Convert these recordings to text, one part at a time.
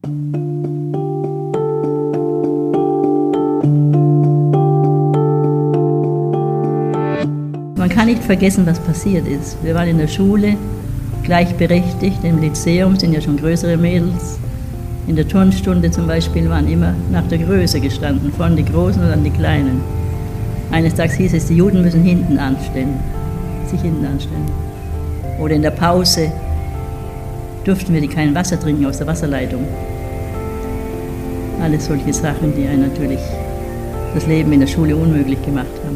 Man kann nicht vergessen, was passiert ist. Wir waren in der Schule, gleichberechtigt, im Lyzeum sind ja schon größere Mädels. In der Turnstunde zum Beispiel waren immer nach der Größe gestanden, von die Großen und dann die Kleinen. Eines Tages hieß es, die Juden müssen sich hinten anstellen. Oder in der Pause durften wir kein Wasser trinken aus der Wasserleitung. Alles solche Sachen, die einen natürlich das Leben in der Schule unmöglich gemacht haben.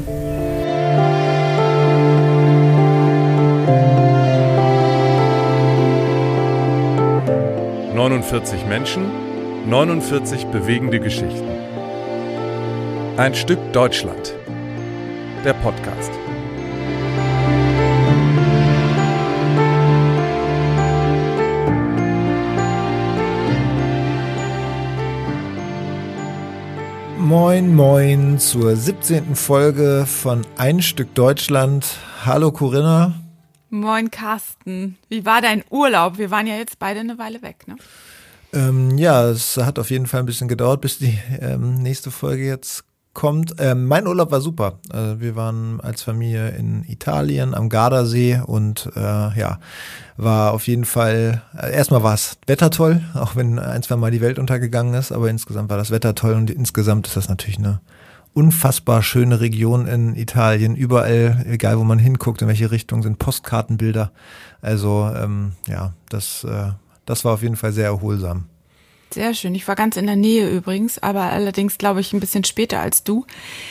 ...49 Menschen, 49 bewegende Geschichten. Ein Stück Deutschland. Der Podcast. Moin, moin zur 17. Folge von Ein Stück Deutschland. Hallo Corinna. Moin Carsten. Wie war dein Urlaub? Wir waren ja jetzt beide eine Weile weg, ne? Ja, es hat auf jeden Fall ein bisschen gedauert, bis die nächste Folge jetzt kommt. Mein Urlaub war super. Wir waren als Familie in Italien am Gardasee und war auf jeden Fall, erstmal war es Wetter toll, auch wenn ein, zwei Mal die Welt untergegangen ist, aber insgesamt war das Wetter toll und insgesamt ist das natürlich eine unfassbar schöne Region in Italien. Überall, egal wo man hinguckt, in welche Richtung, sind Postkartenbilder. Also das war auf jeden Fall sehr erholsam. Sehr schön. Ich war ganz in der Nähe übrigens, aber allerdings glaube ich ein bisschen später als du.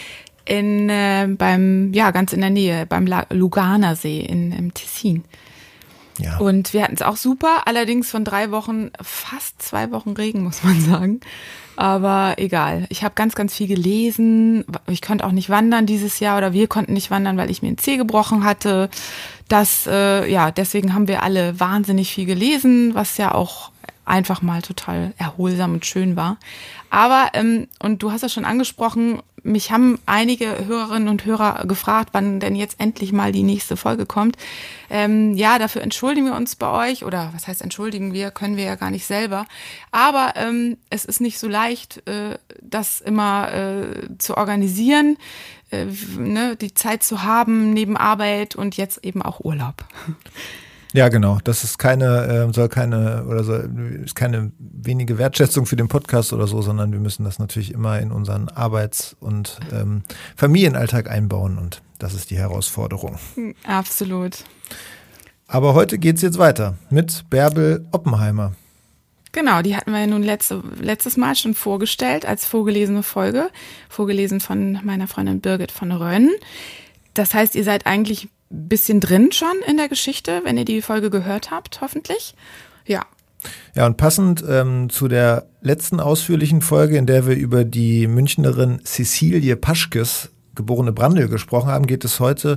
Ganz in der Nähe, beim Luganer See im Tessin. Ja. Und wir hatten es auch super, allerdings von 3 Wochen, fast 2 Wochen Regen, muss man sagen. Aber egal. Ich habe ganz, ganz viel gelesen. Ich konnte auch nicht wandern dieses Jahr oder wir konnten nicht wandern, weil ich mir einen Zeh gebrochen hatte. Deswegen haben wir alle wahnsinnig viel gelesen, was ja auch einfach mal total erholsam und schön war. Aber, und du hast ja schon angesprochen, mich haben einige Hörerinnen und Hörer gefragt, wann denn jetzt endlich mal die nächste Folge kommt. Dafür entschuldigen wir uns bei euch, oder was heißt entschuldigen wir, können wir ja gar nicht selber. Aber es ist nicht so leicht, das immer zu organisieren, die Zeit zu haben neben Arbeit und jetzt eben auch Urlaub. Ja, genau. Das ist keine wenige Wertschätzung für den Podcast oder so, sondern wir müssen das natürlich immer in unseren Arbeits- und Familienalltag einbauen und das ist die Herausforderung. Absolut. Aber heute geht's jetzt weiter mit Bärbel Oppenheimer. Genau, die hatten wir ja nun letztes Mal schon vorgestellt als vorgelesene Folge, vorgelesen von meiner Freundin Birgit von Rönn. Das heißt, ihr seid eigentlich bisschen drin schon in der Geschichte, wenn ihr die Folge gehört habt, hoffentlich. Ja. Ja, und passend zu der letzten ausführlichen Folge, in der wir über die Münchnerin Cäcilie Paschkes, geborene Brandl, gesprochen haben, geht es heute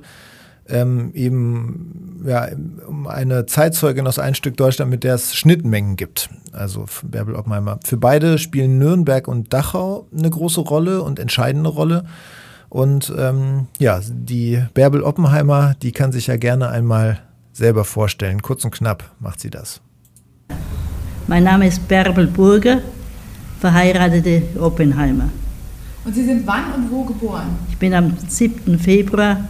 um eine Zeitzeugin aus Ein Stück Deutschland, mit der es Schnittmengen gibt. Also Bärbel Oppenheimer. Für beide spielen Nürnberg und Dachau eine große Rolle und entscheidende Rolle. Und die Bärbel Oppenheimer, die kann sich ja gerne einmal selber vorstellen. Kurz und knapp macht sie das. Mein Name ist Bärbel Burger, verheiratete Oppenheimer. Und Sie sind wann und wo geboren? Ich bin am 7. Februar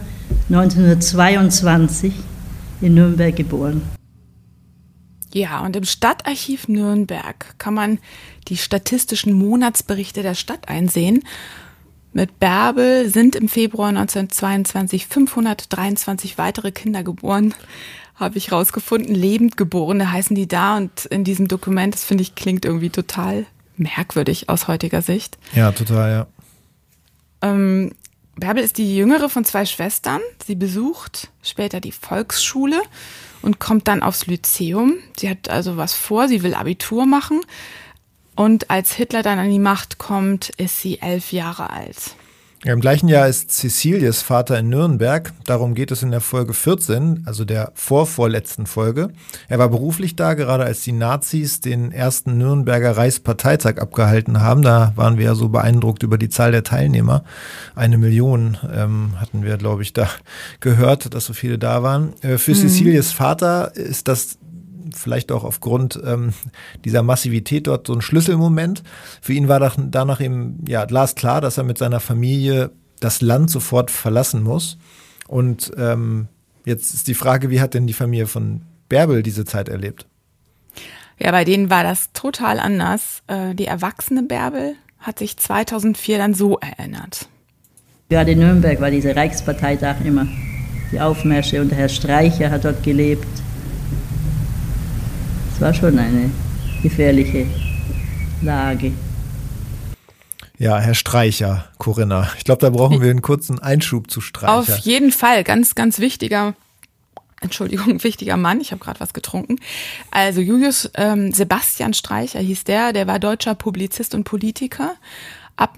1922 in Nürnberg geboren. Ja, und im Stadtarchiv Nürnberg kann man die statistischen Monatsberichte der Stadt einsehen. Mit Bärbel sind im Februar 1922 523 weitere Kinder geboren, habe ich rausgefunden. Lebend Geborene heißen die da und in diesem Dokument, das finde ich, klingt irgendwie total merkwürdig aus heutiger Sicht. Ja, total, ja. Bärbel ist die jüngere von 2 Schwestern. Sie besucht später die Volksschule und kommt dann aufs Lyzeum. Sie hat also was vor, sie will Abitur machen. Und als Hitler dann an die Macht kommt, ist sie 11 Jahre alt. Ja, im gleichen Jahr ist Cäcilies Vater in Nürnberg. Darum geht es in der Folge 14, also der vorvorletzten Folge. Er war beruflich da, gerade als die Nazis den ersten Nürnberger Reichsparteitag abgehalten haben. Da waren wir ja so beeindruckt über die Zahl der Teilnehmer. 1 Million hatten wir, glaube ich, da gehört, dass so viele da waren. Für Cäcilies Vater ist das vielleicht auch aufgrund dieser Massivität dort so ein Schlüsselmoment. Für ihn war danach eben glasklar, dass er mit seiner Familie das Land sofort verlassen muss. Und jetzt ist die Frage, wie hat denn die Familie von Bärbel diese Zeit erlebt? Ja, bei denen war das total anders. Die erwachsene Bärbel hat sich 2004 dann so erinnert. Gerade in Nürnberg war dieser Reichsparteitag immer, die Aufmärsche, und der Herr Streicher hat dort gelebt. Es war schon eine gefährliche Lage. Ja, Herr Streicher, Corinna. Ich glaube, da brauchen wir einen kurzen Einschub zu Streicher. Auf jeden Fall, ganz, ganz wichtiger Mann. Ich habe gerade was getrunken. Also Julius Sebastian Streicher hieß der war deutscher Publizist und Politiker. Ab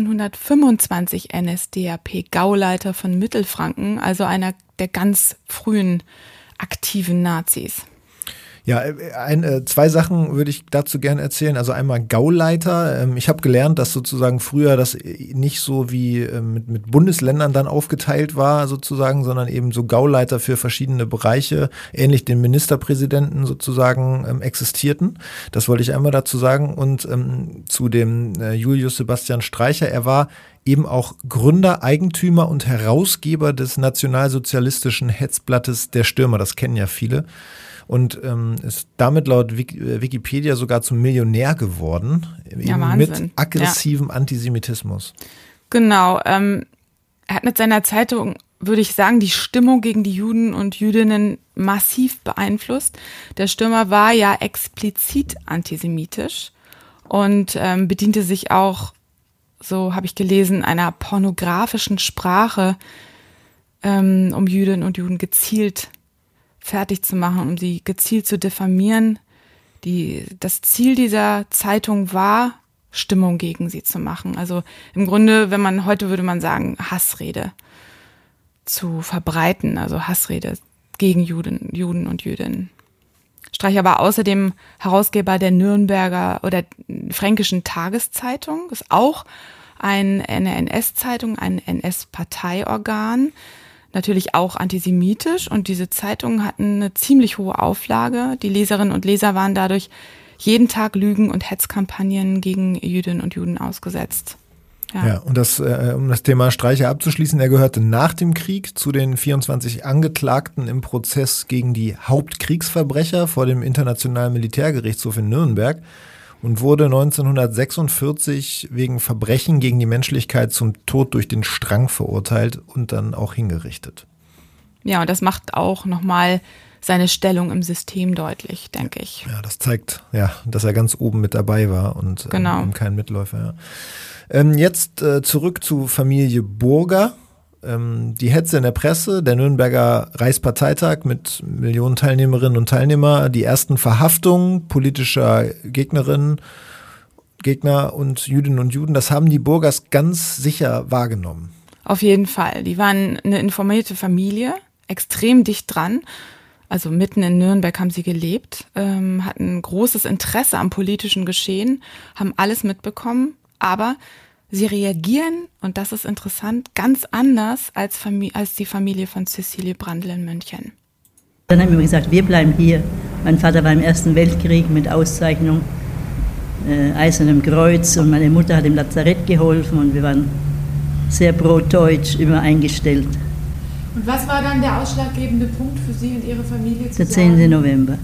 1925 NSDAP-Gauleiter von Mittelfranken, also einer der ganz frühen aktiven Nazis. Ja, zwei Sachen würde ich dazu gerne erzählen. Also einmal Gauleiter. Ich habe gelernt, dass sozusagen früher das nicht so wie mit Bundesländern dann aufgeteilt war sozusagen, sondern eben so Gauleiter für verschiedene Bereiche, ähnlich den Ministerpräsidenten sozusagen existierten. Das wollte ich einmal dazu sagen. Und zu dem Julius Sebastian Streicher, er war eben auch Gründer, Eigentümer und Herausgeber des nationalsozialistischen Hetzblattes Der Stürmer. Das kennen ja viele. Und ist damit laut Wikipedia sogar zum Millionär geworden, eben mit aggressivem Antisemitismus. Genau, er hat mit seiner Zeitung, würde ich sagen, die Stimmung gegen die Juden und Jüdinnen massiv beeinflusst. Der Stürmer war ja explizit antisemitisch und bediente sich auch, so habe ich gelesen, einer pornografischen Sprache, um Jüdinnen und Juden gezielt fertig zu machen, um sie gezielt zu diffamieren. Das Ziel dieser Zeitung war, Stimmung gegen sie zu machen. Also im Grunde, heute würde man sagen, Hassrede zu verbreiten, also Hassrede gegen Juden und Jüdinnen. Streicher war außerdem Herausgeber der Nürnberger oder Fränkischen Tageszeitung, das ist auch eine NS-Zeitung, ein NS-Parteiorgan, natürlich auch antisemitisch, und diese Zeitungen hatten eine ziemlich hohe Auflage. Die Leserinnen und Leser waren dadurch jeden Tag Lügen- und Hetzkampagnen gegen Jüdinnen und Juden ausgesetzt. Ja, und um das Thema Streicher abzuschließen, er gehörte nach dem Krieg zu den 24 Angeklagten im Prozess gegen die Hauptkriegsverbrecher vor dem Internationalen Militärgerichtshof in Nürnberg und wurde 1946 wegen Verbrechen gegen die Menschlichkeit zum Tod durch den Strang verurteilt und dann auch hingerichtet. Ja, und das macht auch nochmal seine Stellung im System deutlich, denke ich. Ja, das zeigt, dass er ganz oben mit dabei war und kein Mitläufer. Ja. Jetzt zurück zu Familie Burger. Die Hetze in der Presse, der Nürnberger Reichsparteitag mit Millionen Teilnehmerinnen und Teilnehmer, die ersten Verhaftungen politischer Gegner und Jüdinnen und Juden, das haben die Burgers ganz sicher wahrgenommen. Auf jeden Fall. Die waren eine informierte Familie, extrem dicht dran. Also mitten in Nürnberg haben sie gelebt, hatten großes Interesse am politischen Geschehen, haben alles mitbekommen, aber sie reagieren, und das ist interessant, ganz anders als die Familie von Cäcilie Brandl in München. Dann haben wir gesagt, wir bleiben hier. Mein Vater war im Ersten Weltkrieg mit Auszeichnung, Eisernem Kreuz, und meine Mutter hat im Lazarett geholfen und wir waren sehr pro-deutsch immer eingestellt. Und was war dann der ausschlaggebende Punkt für Sie und Ihre Familie zu Der 10. sagen? November.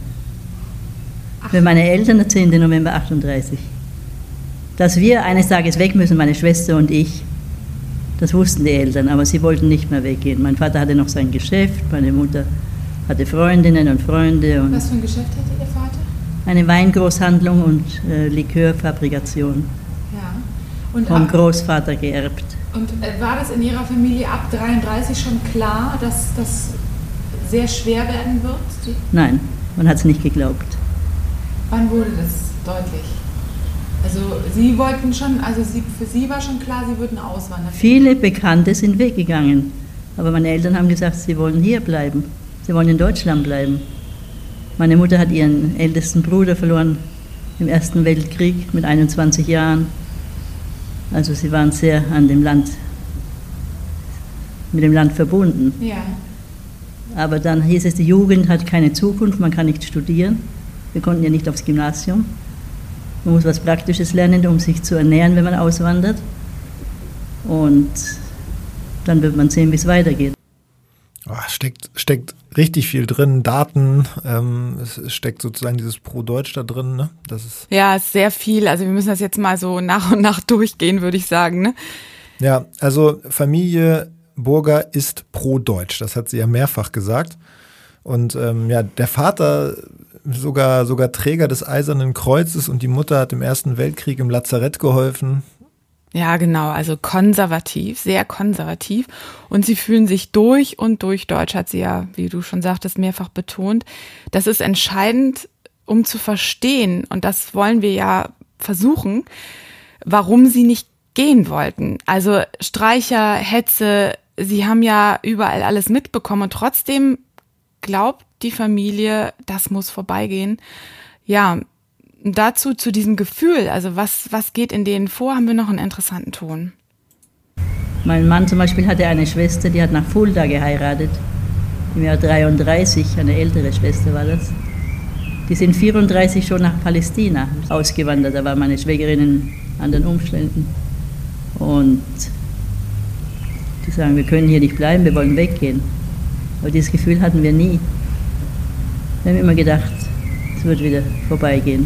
Für meine Eltern der 10. November 38. Dass wir eines Tages weg müssen, meine Schwester und ich, das wussten die Eltern, aber sie wollten nicht mehr weggehen. Mein Vater hatte noch sein Geschäft, meine Mutter hatte Freundinnen und Freunde. Und was für ein Geschäft hatte Ihr Vater? Eine Weingroßhandlung und Likörfabrikation. Ja. Und vom Großvater geerbt. Und war das in Ihrer Familie ab 1933 schon klar, dass das sehr schwer werden wird? Nein, man hat es nicht geglaubt. Wann wurde das deutlich? Also Sie wollten schon, für Sie war schon klar, Sie würden auswandern. Viele Bekannte sind weggegangen, aber meine Eltern haben gesagt, sie wollen hier bleiben, sie wollen in Deutschland bleiben. Meine Mutter hat ihren ältesten Bruder verloren im Ersten Weltkrieg mit 21 Jahren. Also sie waren sehr mit dem Land verbunden. Ja. Aber dann hieß es, die Jugend hat keine Zukunft, man kann nicht studieren. Wir konnten ja nicht aufs Gymnasium. Man muss was Praktisches lernen, um sich zu ernähren, wenn man auswandert. Und dann wird man sehen, wie es weitergeht. Oh, steckt richtig viel drin, Daten, es steckt sozusagen dieses Pro-Deutsch da drin, ne? Das ist ja, ist sehr viel. Also wir müssen das jetzt mal so nach und nach durchgehen, würde ich sagen, ne? Ja, also Familie Burger ist pro-deutsch, das hat sie ja mehrfach gesagt. Und ja, der Vater sogar Träger des Eisernen Kreuzes und die Mutter hat im Ersten Weltkrieg im Lazarett geholfen. Ja, genau, also konservativ, sehr konservativ. Und sie fühlen sich durch und durch deutsch, hat sie ja, wie du schon sagtest, mehrfach betont. Das ist entscheidend, um zu verstehen, und das wollen wir ja versuchen, warum sie nicht gehen wollten. Also Streicher, Hetze, sie haben ja überall alles mitbekommen und trotzdem glaubt die Familie, das muss vorbeigehen. Ja, dazu, zu diesem Gefühl, also was geht in denen vor, haben wir noch einen interessanten Ton. Mein Mann zum Beispiel hatte eine Schwester, die hat nach Fulda geheiratet, im Jahr 33, eine ältere Schwester war das. Die sind 34 schon nach Palästina ausgewandert, da war meine Schwägerin in anderen Umständen. Und die sagen, wir können hier nicht bleiben, wir wollen weggehen. Aber dieses Gefühl hatten wir nie. Wir haben immer gedacht, es wird wieder vorbeigehen.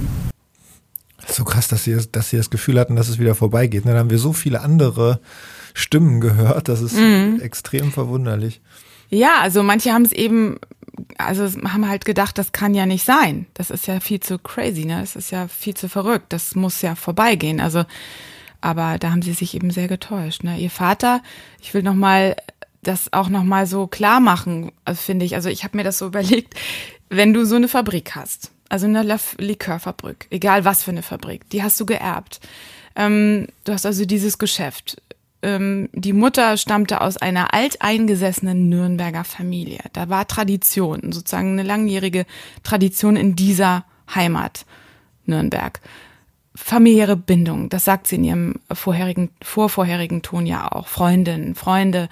So krass, dass sie das Gefühl hatten, dass es wieder vorbeigeht. Dann haben wir so viele andere Stimmen gehört, das ist extrem verwunderlich. Ja, also manche haben es eben, also haben halt gedacht, das kann ja nicht sein. Das ist ja viel zu crazy, ne? Das ist ja viel zu verrückt. Das muss ja vorbeigehen. Also, aber da haben sie sich eben sehr getäuscht, ne? Ihr Vater, ich will das auch nochmal so klar machen, also finde ich. Also ich habe mir das so überlegt, wenn du so eine Fabrik hast, also eine Likörfabrik, egal was für eine Fabrik, die hast du geerbt. Du hast also dieses Geschäft. Die Mutter stammte aus einer alteingesessenen Nürnberger Familie. Da war Tradition, sozusagen eine langjährige Tradition in dieser Heimat, Nürnberg. Familiäre Bindung, das sagt sie in ihrem vorvorherigen Ton ja auch. Freundinnen, Freunde,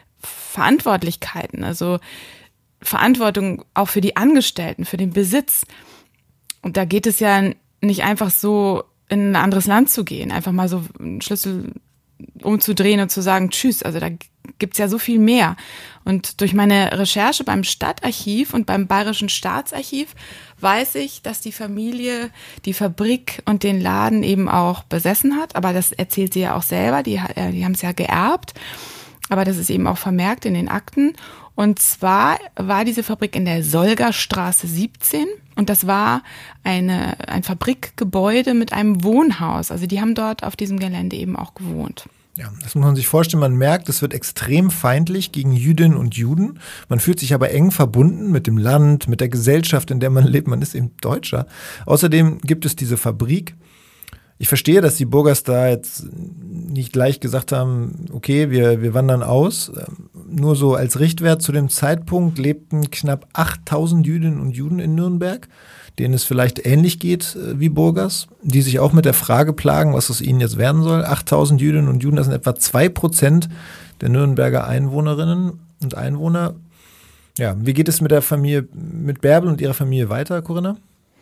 Verantwortlichkeiten, also Verantwortung auch für die Angestellten, für den Besitz. Und da geht es ja nicht einfach so, in ein anderes Land zu gehen, einfach mal so einen Schlüssel umzudrehen und zu sagen, tschüss. Also da gibt's ja so viel mehr. Und durch meine Recherche beim Stadtarchiv und beim Bayerischen Staatsarchiv weiß ich, dass die Familie die Fabrik und den Laden eben auch besessen hat. Aber das erzählt sie ja auch selber, die haben es ja geerbt. Aber das ist eben auch vermerkt in den Akten. Und zwar war diese Fabrik in der Solgerstraße 17 und das war ein Fabrikgebäude mit einem Wohnhaus. Also die haben dort auf diesem Gelände eben auch gewohnt. Ja, das muss man sich vorstellen. Man merkt, es wird extrem feindlich gegen Jüdinnen und Juden. Man fühlt sich aber eng verbunden mit dem Land, mit der Gesellschaft, in der man lebt. Man ist eben Deutscher. Außerdem gibt es diese Fabrik. Ich verstehe, dass die Burgers da jetzt nicht gleich gesagt haben, okay, wir wandern aus. Nur so als Richtwert zu dem Zeitpunkt lebten knapp 8.000 Jüdinnen und Juden in Nürnberg, denen es vielleicht ähnlich geht wie Burgers, die sich auch mit der Frage plagen, was aus ihnen jetzt werden soll. 8.000 Jüdinnen und Juden, das sind etwa 2% der Nürnberger Einwohnerinnen und Einwohner. Ja, wie geht es mit der Familie, mit Bärbel und ihrer Familie weiter, Corinna?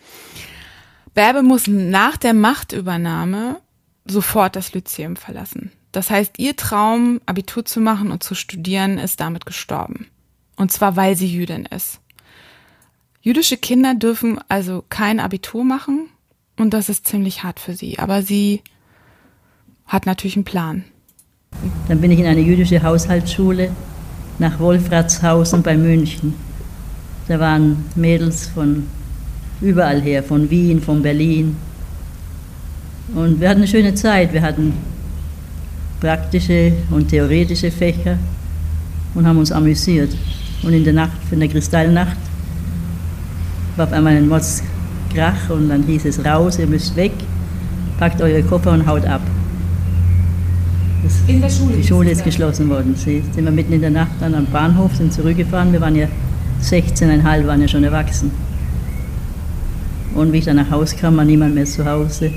Bärbel muss nach der Machtübernahme sofort das Lyzeum verlassen. Das heißt, ihr Traum, Abitur zu machen und zu studieren, ist damit gestorben. Und zwar, weil sie Jüdin ist. Jüdische Kinder dürfen also kein Abitur machen und das ist ziemlich hart für sie. Aber sie hat natürlich einen Plan. Dann bin ich in eine jüdische Haushaltsschule nach Wolfratshausen bei München. Da waren Mädels von überall her, von Wien, von Berlin. Und wir hatten eine schöne Zeit. Wir hatten praktische und theoretische Fächer und haben uns amüsiert. Und in der Kristallnacht, war auf einmal ein Mordskrach und dann hieß es raus, ihr müsst weg, packt eure Koffer und haut ab. In der Schule? Die Schule ist geschlossen worden. Sind wir mitten in der Nacht dann am Bahnhof, sind zurückgefahren. Wir waren ja 16,5, waren ja schon erwachsen. Und wie ich dann nach Hause kam, war niemand mehr zu Hause.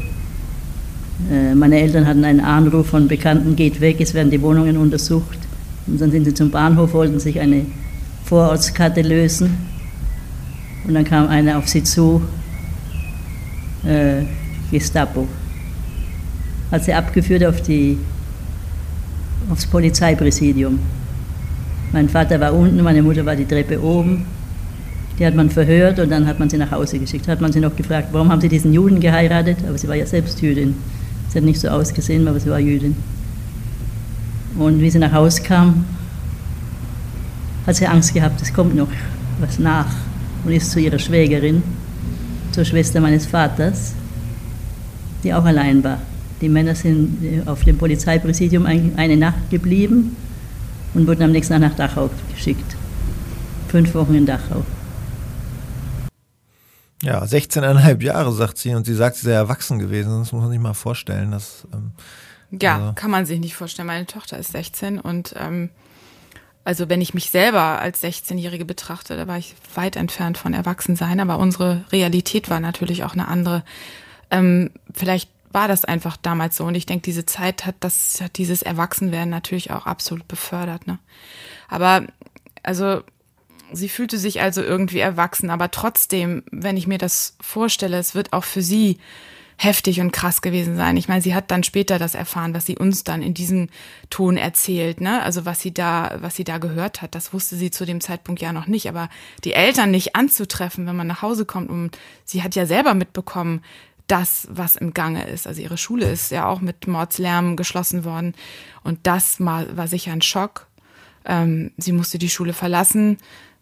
Meine Eltern hatten einen Anruf von Bekannten, geht weg, es werden die Wohnungen untersucht. Und dann sind sie zum Bahnhof, wollten sich eine Vorortskarte lösen. Und dann kam einer auf sie zu, Gestapo. Hat sie abgeführt aufs Polizeipräsidium. Mein Vater war unten, meine Mutter war die Treppe oben. Die hat man verhört und dann hat man sie nach Hause geschickt. Hat man sie noch gefragt, warum haben Sie diesen Juden geheiratet? Aber sie war ja selbst Jüdin. Sie hat nicht so ausgesehen, aber sie war Jüdin. Und wie sie nach Hause kam, hat sie Angst gehabt, es kommt noch was nach. Und ist zu ihrer Schwägerin, zur Schwester meines Vaters, die auch allein war. Die Männer sind auf dem Polizeipräsidium eine Nacht geblieben und wurden am nächsten Tag nach Dachau geschickt. 5 Wochen in Dachau. Ja, 16,5 Jahre, sagt sie. Und sie sagt, sie sei erwachsen gewesen. Das muss man sich mal vorstellen. Kann man sich nicht vorstellen. Meine Tochter ist 16 und also wenn ich mich selber als 16-Jährige betrachte, da war ich weit entfernt von Erwachsensein, aber unsere Realität war natürlich auch eine andere. Vielleicht war das einfach damals so und ich denke, diese Zeit hat dieses Erwachsenwerden natürlich auch absolut befördert. Ne? Aber also sie fühlte sich also irgendwie erwachsen, aber trotzdem, wenn ich mir das vorstelle, es wird auch für sie heftig und krass gewesen sein. Ich meine, sie hat dann später das erfahren, was sie uns dann in diesem Ton erzählt, ne? Also was sie da gehört hat, das wusste sie zu dem Zeitpunkt ja noch nicht. Aber die Eltern nicht anzutreffen, wenn man nach Hause kommt, und sie hat ja selber mitbekommen, das, was im Gange ist. Also ihre Schule ist ja auch mit Mordslärm geschlossen worden. Und das war sicher ein Schock. Sie musste die Schule verlassen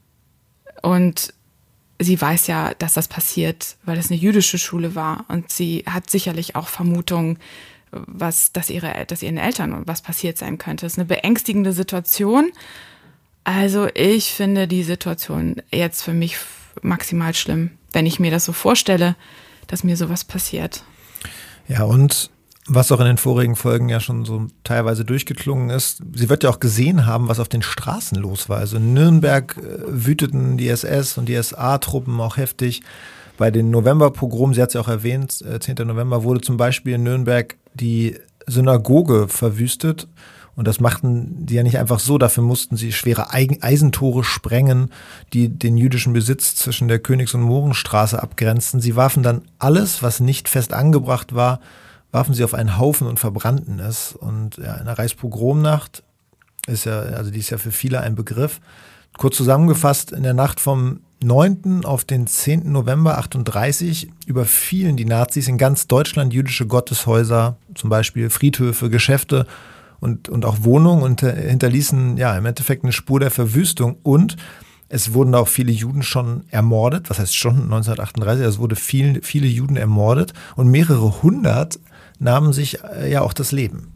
und sie weiß ja, dass das passiert, weil es eine jüdische Schule war. Und sie hat sicherlich auch Vermutungen, dass ihren Eltern was passiert sein könnte. Es ist eine beängstigende Situation. Also ich finde die Situation jetzt für mich maximal schlimm, wenn ich mir das so vorstelle, dass mir sowas passiert. Ja, und was auch in den vorigen Folgen ja schon so teilweise durchgeklungen ist, sie wird ja auch gesehen haben, was auf den Straßen los war. Also in Nürnberg wüteten die SS und die SA-Truppen auch heftig. Bei den Novemberpogromen, sie hat es ja auch erwähnt, 10. November wurde zum Beispiel in Nürnberg die Synagoge verwüstet. Und das machten die ja nicht einfach so, dafür mussten sie schwere Eisentore sprengen, die den jüdischen Besitz zwischen der Königs- und Mohrenstraße abgrenzten. Sie warfen dann alles, was nicht fest angebracht war, warfen sie auf einen Haufen und verbrannten es. Und ja, in der Reichspogromnacht die ist ja für viele ein Begriff. Kurz zusammengefasst, in der Nacht vom 9. auf den 10. November 1938 überfielen die Nazis in ganz Deutschland jüdische Gotteshäuser, zum Beispiel Friedhöfe, Geschäfte und auch Wohnungen, und hinterließen ja im Endeffekt eine Spur der Verwüstung. Und es wurden auch viele Juden schon ermordet. Was heißt schon 1938? Es wurde viele Juden ermordet und mehrere hundert nahmen sich ja auch das Leben.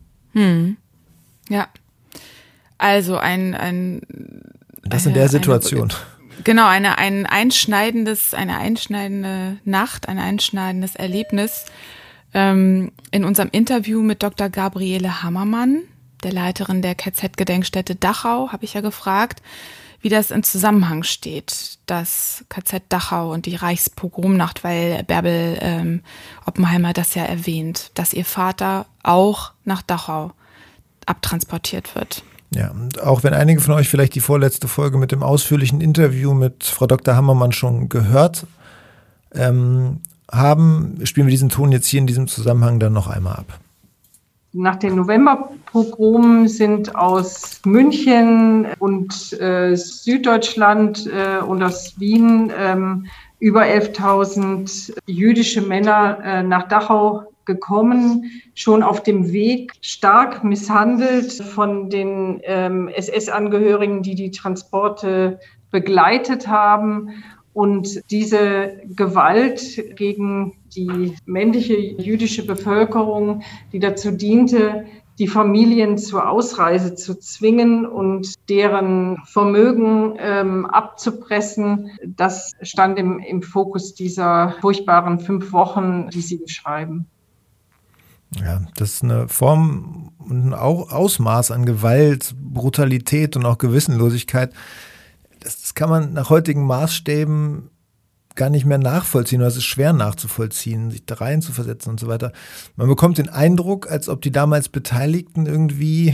Ja, also das in der Situation. Genau, eine einschneidende Nacht, ein einschneidendes Erlebnis. In unserem Interview mit Dr. Gabriele Hammermann, der Leiterin der KZ-Gedenkstätte Dachau, habe ich ja gefragt, wie das in Zusammenhang steht, das KZ Dachau und die Reichspogromnacht, weil Bärbel Oppenheimer das ja erwähnt, dass ihr Vater auch nach Dachau abtransportiert wird. Ja, und auch wenn einige von euch vielleicht die vorletzte Folge mit dem ausführlichen Interview mit Frau Dr. Hammermann schon gehört haben, spielen wir diesen Ton jetzt hier in diesem Zusammenhang dann noch einmal ab. Nach den Novemberpogromen sind aus München und Süddeutschland und aus Wien über 11.000 jüdische Männer nach Dachau gekommen, schon auf dem Weg stark misshandelt von den SS-Angehörigen, die Transporte begleitet haben. Und diese Gewalt gegen die männliche jüdische Bevölkerung, die dazu diente, die Familien zur Ausreise zu zwingen und deren Vermögen abzupressen, das stand im Fokus dieser furchtbaren 5 Wochen, die Sie beschreiben. Ja, das ist eine Form und ein Ausmaß an Gewalt, Brutalität und auch Gewissenlosigkeit. Das kann man nach heutigen Maßstäben gar nicht mehr nachvollziehen, oder es ist schwer nachzuvollziehen, sich da reinzuversetzen und so weiter. Man bekommt den Eindruck, als ob die damals Beteiligten irgendwie,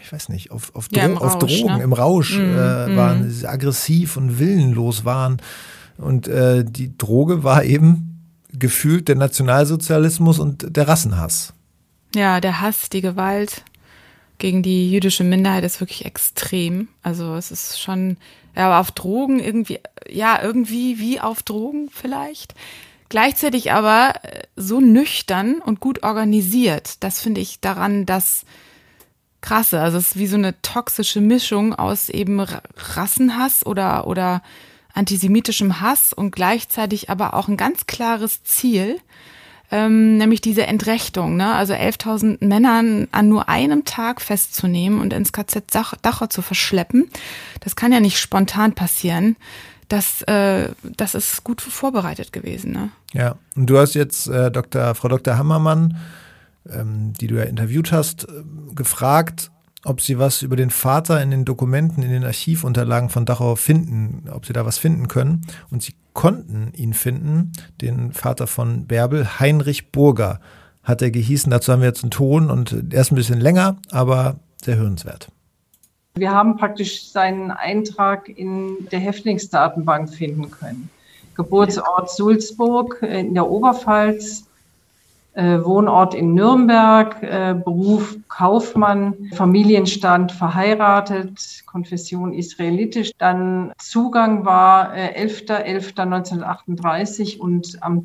ich weiß nicht, auf Rausch, Drogen, ne? im Rausch waren, aggressiv und willenlos waren. Und die Droge war eben gefühlt der Nationalsozialismus und der Rassenhass. Ja, der Hass, die Gewalt gegen die jüdische Minderheit ist wirklich extrem. Also es ist schon, ja, aber auf Drogen irgendwie wie auf Drogen vielleicht. Gleichzeitig aber so nüchtern und gut organisiert. Das finde ich daran das Krasse. Also es ist wie so eine toxische Mischung aus eben Rassenhass oder antisemitischem Hass und gleichzeitig aber auch ein ganz klares Ziel, nämlich diese Entrechtung, ne? Also 11.000 Männern an nur einem Tag festzunehmen und ins KZ Dachau zu verschleppen. Das kann ja nicht spontan passieren. Das ist gut vorbereitet gewesen, ne? Ja, und du hast jetzt Frau Dr. Hammermann, die du ja interviewt hast, gefragt, ob sie was über den Vater in den Dokumenten, in den Archivunterlagen von Dachau finden, ob sie da was finden können. Und sie konnten ihn finden, den Vater von Bärbel, Heinrich Burger hat er gehießen. Dazu haben wir jetzt einen Ton und er ist ein bisschen länger, aber sehr hörenswert. Wir haben praktisch seinen Eintrag in der Häftlingsdatenbank finden können. Geburtsort Sulzburg in der Oberpfalz, Wohnort in Nürnberg, Beruf Kaufmann, Familienstand verheiratet, Konfession israelitisch. Dann Zugang war 11.11.1938 und am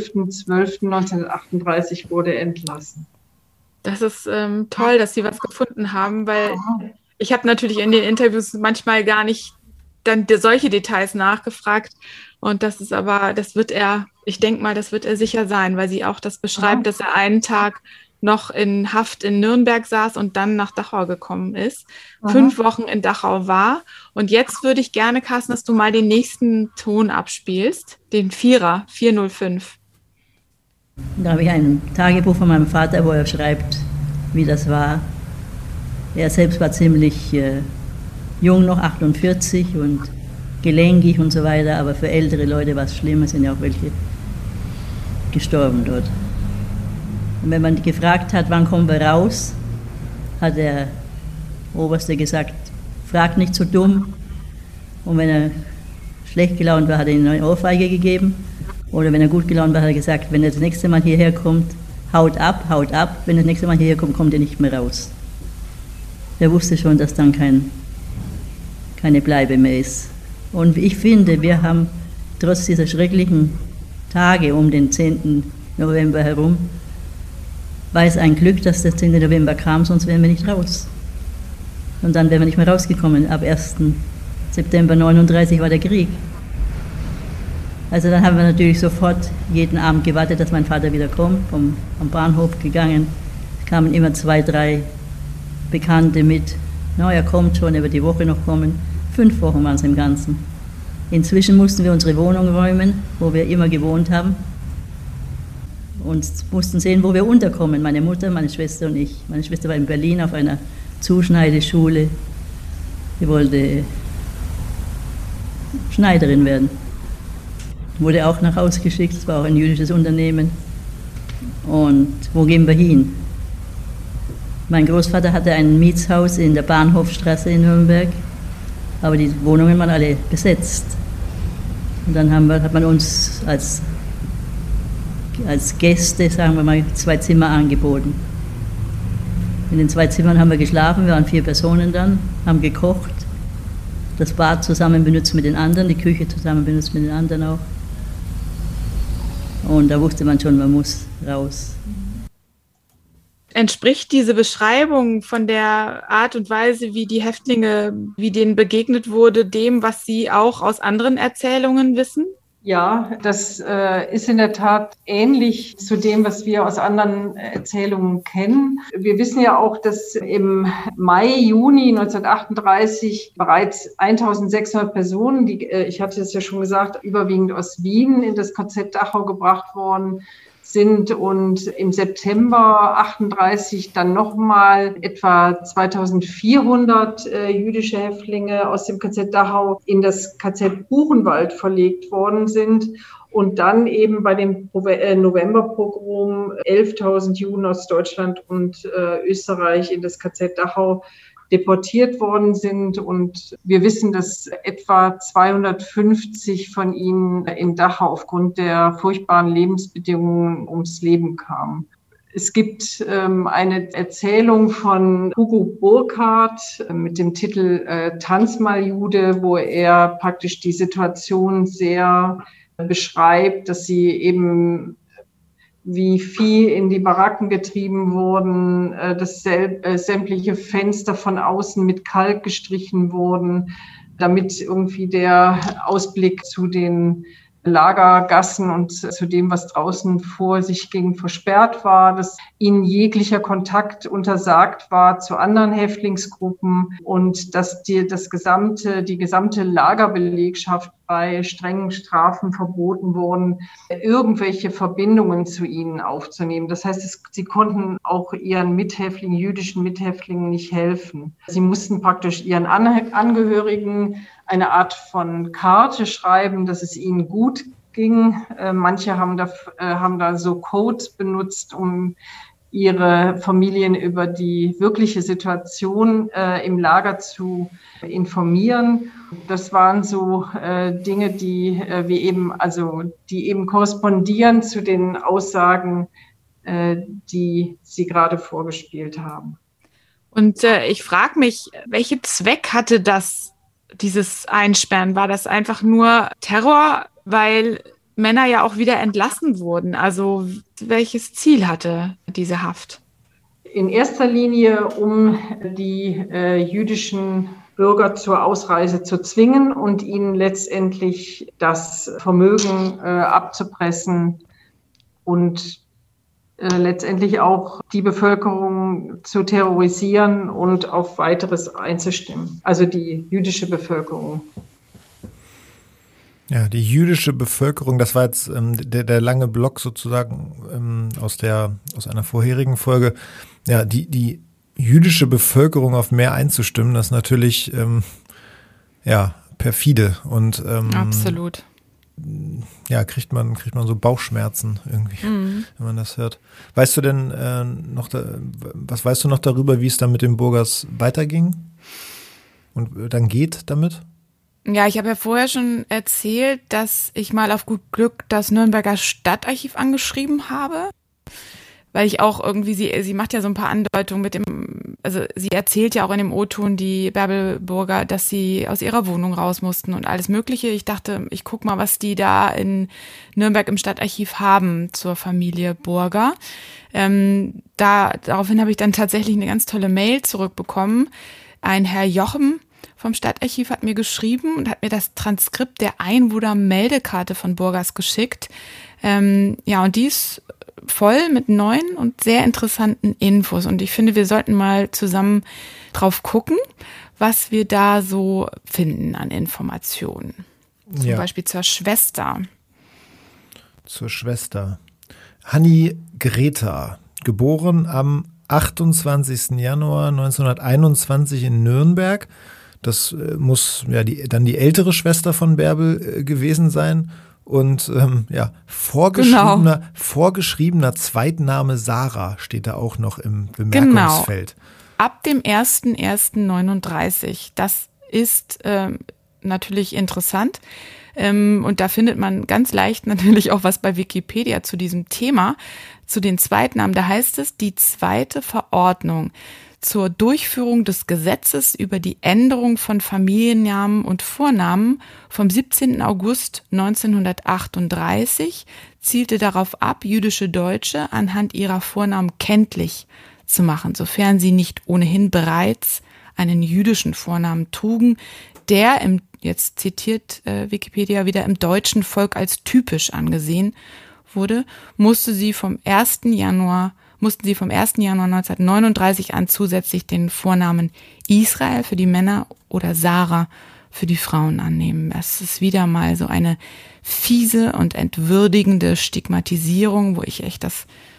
12.12.1938 wurde er entlassen. Das ist toll, dass Sie was gefunden haben, weil ich habe natürlich in den Interviews manchmal gar nicht dann solche Details nachgefragt. Und das wird er sicher sein, weil sie auch das beschreibt, dass er einen Tag noch in Haft in Nürnberg saß und dann nach Dachau gekommen ist, 5 Wochen in Dachau war. Und jetzt würde ich gerne, Carsten, dass du mal den nächsten Ton abspielst, den 405. Da habe ich ein Tagebuch von meinem Vater, wo er schreibt, wie das war. Er selbst war ziemlich jung, noch 48 und gelenkig und so weiter, aber für ältere Leute war es schlimm, es sind ja auch welche gestorben dort. Und wenn man gefragt hat, wann kommen wir raus, hat der Oberste gesagt, frag nicht so dumm. Und wenn er schlecht gelaunt war, hat er ihm eine Ohrfeige gegeben. Oder wenn er gut gelaunt war, hat er gesagt, wenn er das nächste Mal hierher kommt, haut ab. Wenn er das nächste Mal hierher kommt, kommt er nicht mehr raus. Er wusste schon, dass dann keine Bleibe mehr ist. Und ich finde, wir haben trotz dieser schrecklichen Tage um den 10. November herum, war es ein Glück, dass der 10. November kam, sonst wären wir nicht raus. Und dann wären wir nicht mehr rausgekommen. Ab 1. September 1939 war der Krieg. Also dann haben wir natürlich sofort jeden Abend gewartet, dass mein Vater wieder kommt, vom Bahnhof gegangen. Es kamen immer 2, 3 Bekannte mit. Er kommt schon, er wird die Woche noch kommen. 5 Wochen waren es im Ganzen. Inzwischen mussten wir unsere Wohnung räumen, wo wir immer gewohnt haben. Und mussten sehen, wo wir unterkommen. Meine Mutter, meine Schwester und ich. Meine Schwester war in Berlin auf einer Zuschneideschule. Sie wollte Schneiderin werden. Wurde auch nach Hause geschickt, es war auch ein jüdisches Unternehmen. Und wo gehen wir hin? Mein Großvater hatte ein Mietshaus in der Bahnhofstraße in Nürnberg, aber die Wohnungen waren alle besetzt. Und dann hat man uns als Gäste, sagen wir mal, 2 Zimmer angeboten. In den 2 Zimmern haben wir geschlafen, wir waren 4 Personen dann, haben gekocht, das Bad zusammen benutzt mit den anderen, die Küche zusammen benutzt mit den anderen auch. Und da wusste man schon, man muss raus. Entspricht diese Beschreibung von der Art und Weise, wie die Häftlinge, wie denen begegnet wurde, dem, was Sie auch aus anderen Erzählungen wissen? Ja, das ist in der Tat ähnlich zu dem, was wir aus anderen Erzählungen kennen. Wir wissen ja auch, dass im Mai, Juni 1938 bereits 1600 Personen, ich hatte es ja schon gesagt, überwiegend aus Wien in das KZ Dachau gebracht worden sind und im September 38 dann nochmal etwa 2400 jüdische Häftlinge aus dem KZ Dachau in das KZ Buchenwald verlegt worden sind und dann eben bei dem Novemberpogrom 11.000 Juden aus Deutschland und Österreich in das KZ Dachau deportiert worden sind. Und wir wissen, dass etwa 250 von ihnen in Dachau aufgrund der furchtbaren Lebensbedingungen ums Leben kamen. Es gibt eine Erzählung von Hugo Burkhardt mit dem Titel Tanz mal Jude, wo er praktisch die Situation sehr beschreibt, dass sie eben wie Vieh in die Baracken getrieben wurden, dass sämtliche Fenster von außen mit Kalk gestrichen wurden, damit irgendwie der Ausblick zu den Lagergassen und zu dem, was draußen vor sich ging, versperrt war, dass ihnen jeglicher Kontakt untersagt war zu anderen Häftlingsgruppen und dass die gesamte Lagerbelegschaft bei strengen Strafen verboten wurden, irgendwelche Verbindungen zu ihnen aufzunehmen. Das heißt, sie konnten auch ihren jüdischen Mithäftlingen nicht helfen. Sie mussten praktisch ihren Angehörigen eine Art von Karte schreiben, dass es ihnen gut ging. Manche haben da so Codes benutzt, um ihre Familien über die wirkliche Situation im Lager zu informieren. Das waren so Dinge, die eben korrespondieren zu den Aussagen, die Sie gerade vorgespielt haben. Und ich frage mich, welchen Zweck hatte dieses Einsperren? War das einfach nur Terror, weil Männer ja auch wieder entlassen wurden? Also welches Ziel hatte diese Haft? In erster Linie, um die jüdischen Bürger zur Ausreise zu zwingen und ihnen letztendlich das Vermögen abzupressen und letztendlich auch die Bevölkerung zu terrorisieren und auf Weiteres einzustimmen. Also die jüdische Bevölkerung. Ja, die jüdische Bevölkerung, das war jetzt der lange Block sozusagen aus einer vorherigen Folge. Ja, die jüdische Bevölkerung auf mehr einzustimmen, das ist natürlich perfide und absolut. Ja, kriegt man so Bauchschmerzen irgendwie, wenn man das hört. Weißt du denn was weißt du noch darüber, wie es dann mit den Burgers weiterging und dann geht damit? Ja, ich habe ja vorher schon erzählt, dass ich mal auf gut Glück das Nürnberger Stadtarchiv angeschrieben habe, weil ich auch irgendwie, sie macht ja so ein paar Andeutungen also sie erzählt ja auch in dem O-Ton, die Bärbel Burger, dass sie aus ihrer Wohnung raus mussten und alles Mögliche. Ich dachte, ich guck mal, was die da in Nürnberg im Stadtarchiv haben zur Familie Burger. Daraufhin habe ich dann tatsächlich eine ganz tolle Mail zurückbekommen. Ein Herr Jochem vom Stadtarchiv hat mir geschrieben und hat mir das Transkript der Einwohnermeldekarte von Burgers geschickt. Und die ist voll mit neuen und sehr interessanten Infos. Und ich finde, wir sollten mal zusammen drauf gucken, was wir da so finden an Informationen. Zum Beispiel zur Schwester. Zur Schwester. Hanni Greta, geboren am 28. Januar 1921 in Nürnberg. Das muss dann die ältere Schwester von Bärbel gewesen sein. Und vorgeschriebener Zweitname Sarah steht da auch noch im Bemerkungsfeld. Genau. Ab dem 01.01.39. Das ist natürlich interessant. Und da findet man ganz leicht natürlich auch was bei Wikipedia zu diesem Thema, zu den Zweitnamen. Da heißt es, die zweite Verordnung zur Durchführung des Gesetzes über die Änderung von Familiennamen und Vornamen vom 17. August 1938 zielte darauf ab, jüdische Deutsche anhand ihrer Vornamen kenntlich zu machen, sofern sie nicht ohnehin bereits einen jüdischen Vornamen trugen, der jetzt zitiert Wikipedia wieder, im deutschen Volk als typisch angesehen wurde, mussten sie vom 1. Januar 1939 an zusätzlich den Vornamen Israel für die Männer oder Sarah für die Frauen annehmen. Das ist wieder mal so eine fiese und entwürdigende Stigmatisierung, wo ich echt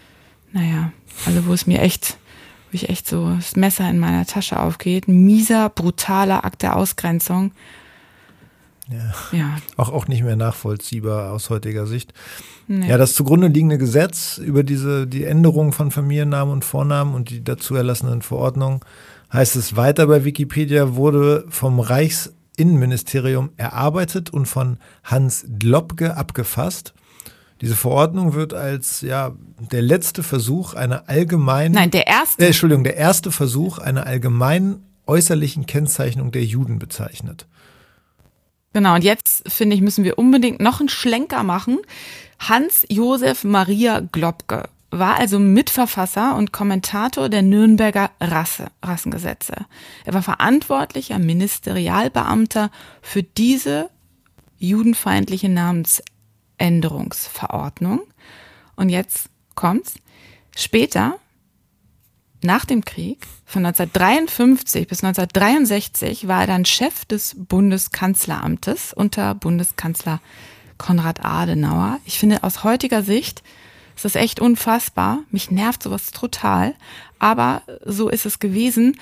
wo ich echt so das Messer in meiner Tasche aufgeht. Ein mieser, brutaler Akt der Ausgrenzung. Ja. Auch nicht mehr nachvollziehbar aus heutiger Sicht. Nee. Ja, das zugrunde liegende Gesetz über die Änderung von Familiennamen und Vornamen und die dazu erlassenen Verordnungen, heißt es weiter bei Wikipedia, wurde vom Reichsinnenministerium erarbeitet und von Hans Globke abgefasst. Diese Verordnung wird als der letzte Versuch einer allgemeinen... Nein, der erste. Der erste Versuch einer allgemeinen äußerlichen Kennzeichnung der Juden bezeichnet. Genau, und jetzt, finde ich, müssen wir unbedingt noch einen Schlenker machen. Hans-Josef Maria Globke war also Mitverfasser und Kommentator der Nürnberger Rassengesetze. Er war verantwortlicher Ministerialbeamter für diese judenfeindliche Namensänderungsverordnung. Und jetzt kommt's. Später, nach dem Krieg, von 1953 bis 1963, war er dann Chef des Bundeskanzleramtes unter Bundeskanzler Konrad Adenauer. Ich finde, aus heutiger Sicht ist das echt unfassbar. Mich nervt sowas total. Aber so ist es gewesen.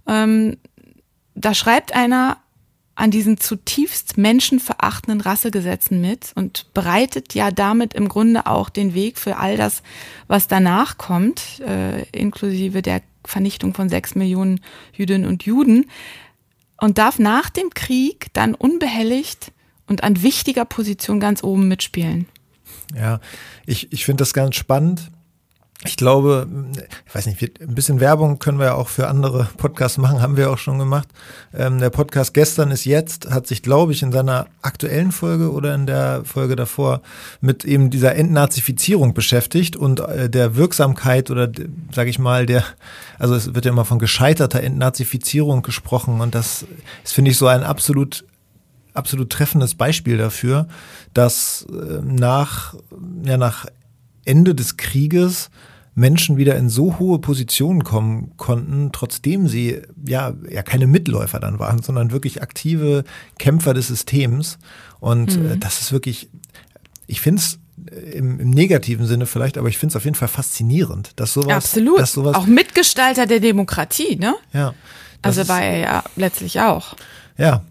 Da schreibt einer an diesen zutiefst menschenverachtenden Rassegesetzen mit und bereitet ja damit im Grunde auch den Weg für all das, was danach kommt, inklusive der Vernichtung von 6 Millionen Jüdinnen und Juden, und darf nach dem Krieg dann unbehelligt und an wichtiger Position ganz oben mitspielen. Ja, ich finde das ganz spannend. Ich glaube, ich weiß nicht, ein bisschen Werbung können wir ja auch für andere Podcasts machen, haben wir auch schon gemacht. Der Podcast Gestern ist jetzt hat sich, glaube ich, in seiner aktuellen Folge oder in der Folge davor mit eben dieser Entnazifizierung beschäftigt und der Wirksamkeit oder, sage ich mal, also es wird ja immer von gescheiterter Entnazifizierung gesprochen und das ist, finde ich, so ein absolut treffendes Beispiel dafür, dass nach Ende des Krieges Menschen wieder in so hohe Positionen kommen konnten, trotzdem sie ja keine Mitläufer dann waren, sondern wirklich aktive Kämpfer des Systems. Und das ist wirklich, ich finde es im negativen Sinne vielleicht, aber ich finde es auf jeden Fall faszinierend, dass sowas... Absolut, auch Mitgestalter der Demokratie, ne? Ja. Also war er ja letztlich auch. Ja,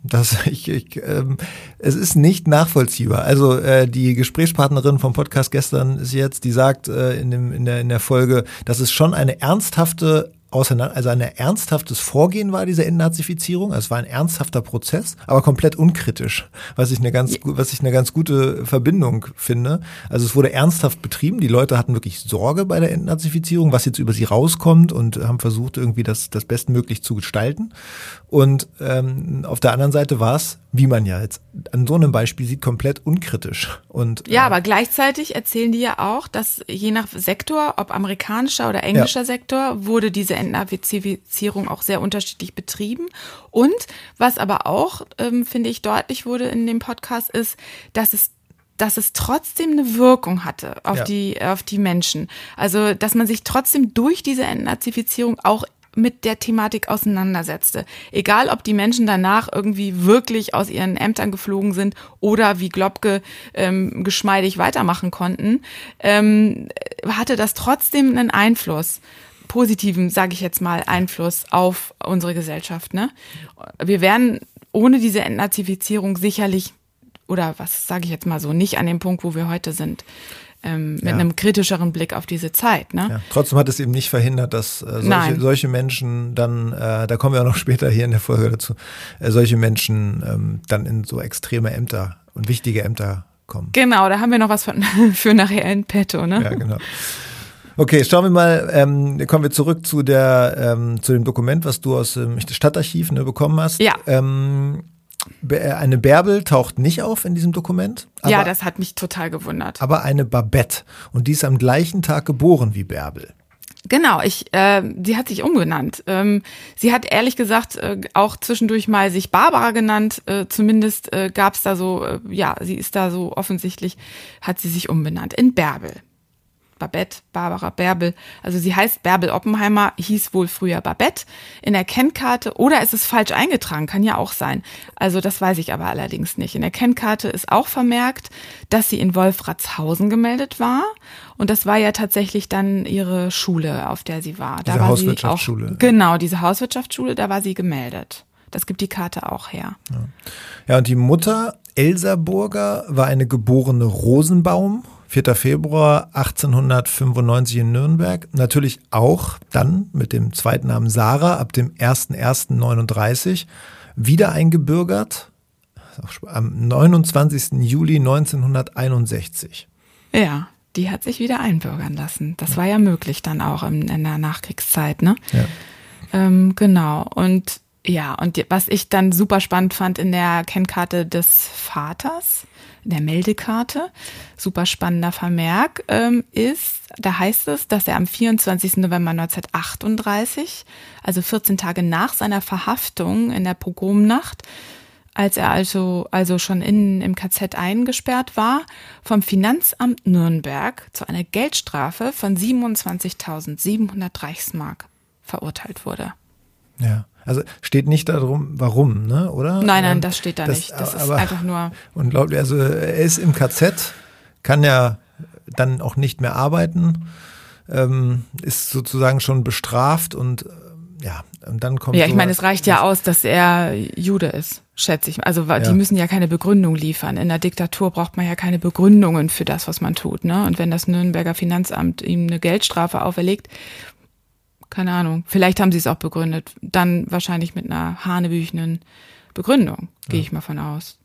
es ist nicht nachvollziehbar. Also die Gesprächspartnerin vom Podcast Gestern ist jetzt, die sagt in der Folge, dass es schon eine ernsthaftes Vorgehen war, diese Entnazifizierung. Also es war ein ernsthafter Prozess, aber komplett unkritisch, was ich eine ganz gute Verbindung finde. Also es wurde ernsthaft betrieben. Die Leute hatten wirklich Sorge bei der Entnazifizierung, was jetzt über sie rauskommt, und haben versucht, irgendwie das bestmöglich zu gestalten. Und auf der anderen Seite war es, wie man ja jetzt an so einem Beispiel sieht, komplett unkritisch. Und aber gleichzeitig erzählen die ja auch, dass je nach Sektor, ob amerikanischer oder englischer Sektor, wurde diese Entnazifizierung auch sehr unterschiedlich betrieben. Und was aber auch, finde ich, deutlich wurde in dem Podcast, ist, dass es trotzdem eine Wirkung hatte auf die Menschen. Also, dass man sich trotzdem durch diese Entnazifizierung auch mit der Thematik auseinandersetzte. Egal, ob die Menschen danach irgendwie wirklich aus ihren Ämtern geflogen sind oder wie Globke geschmeidig weitermachen konnten, hatte das trotzdem einen Einfluss, positiven, sage ich jetzt mal, Einfluss auf unsere Gesellschaft. Ne? Wir wären ohne diese Entnazifizierung sicherlich, oder was sage ich jetzt mal so, nicht an dem Punkt, wo wir heute sind. Mit einem kritischeren Blick auf diese Zeit. Ne? Ja, trotzdem hat es eben nicht verhindert, dass solche Menschen dann, da kommen wir auch noch später hier in der Folge dazu, solche Menschen dann in so extreme Ämter und wichtige Ämter kommen. Genau, da haben wir noch was für nachher in petto. Ne? Ja, genau. Okay, schauen wir mal, kommen wir zurück zu dem Dokument, was du aus dem Stadtarchiv bekommen hast. Ja. Eine Bärbel taucht nicht auf in diesem Dokument. Ja, das hat mich total gewundert. Aber eine Babette. Und die ist am gleichen Tag geboren wie Bärbel. Genau, sie hat sich umgenannt. Sie hat ehrlich gesagt auch zwischendurch mal sich Barbara genannt. Zumindest gab es da so, sie ist da so offensichtlich, hat sie sich umbenannt in Bärbel. Babette, Barbara, Bärbel. Also sie heißt Bärbel Oppenheimer, hieß wohl früher Babette in der Kennkarte. Oder ist es falsch eingetragen? Kann ja auch sein. Also das weiß ich aber allerdings nicht. In der Kennkarte ist auch vermerkt, dass sie in Wolfratshausen gemeldet war. Und das war ja tatsächlich dann ihre Schule, auf der sie war. Diese Hauswirtschaftsschule. Genau, diese Hauswirtschaftsschule, da war sie gemeldet. Das gibt die Karte auch her. Ja, und die Mutter Elsa Burger war eine geborene Rosenbaum, 4. Februar 1895 in Nürnberg. Natürlich auch dann mit dem Zweitnamen Sarah ab dem 01.01.39 wieder eingebürgert, am 29. Juli 1961. Ja, die hat sich wieder einbürgern lassen. Das war ja möglich dann auch in der Nachkriegszeit, ne? Ja. Genau. Und ja, und was ich dann super spannend fand in der Kennkarte des Vaters, in der Meldekarte, super spannender Vermerk, da heißt es, dass er am 24. November 1938, also 14 Tage nach seiner Verhaftung in der Pogromnacht, als er also schon im KZ eingesperrt war, vom Finanzamt Nürnberg zu einer Geldstrafe von 27.700 Reichsmark verurteilt wurde. Ja, also steht nicht darum, warum, ne, oder? Nein, das steht da nicht. Das ist einfach nur... Unglaublich, also er ist im KZ, kann ja dann auch nicht mehr arbeiten, ist sozusagen schon bestraft und dann kommt... Ja, ich meine, es reicht ja aus, dass er Jude ist, schätze ich. Also die müssen ja keine Begründung liefern. In der Diktatur braucht man ja keine Begründungen für das, was man tut, ne? Und wenn das Nürnberger Finanzamt ihm eine Geldstrafe auferlegt, keine Ahnung, vielleicht haben sie es auch begründet, dann wahrscheinlich mit einer hanebüchenen Begründung, gehe ich mal von aus.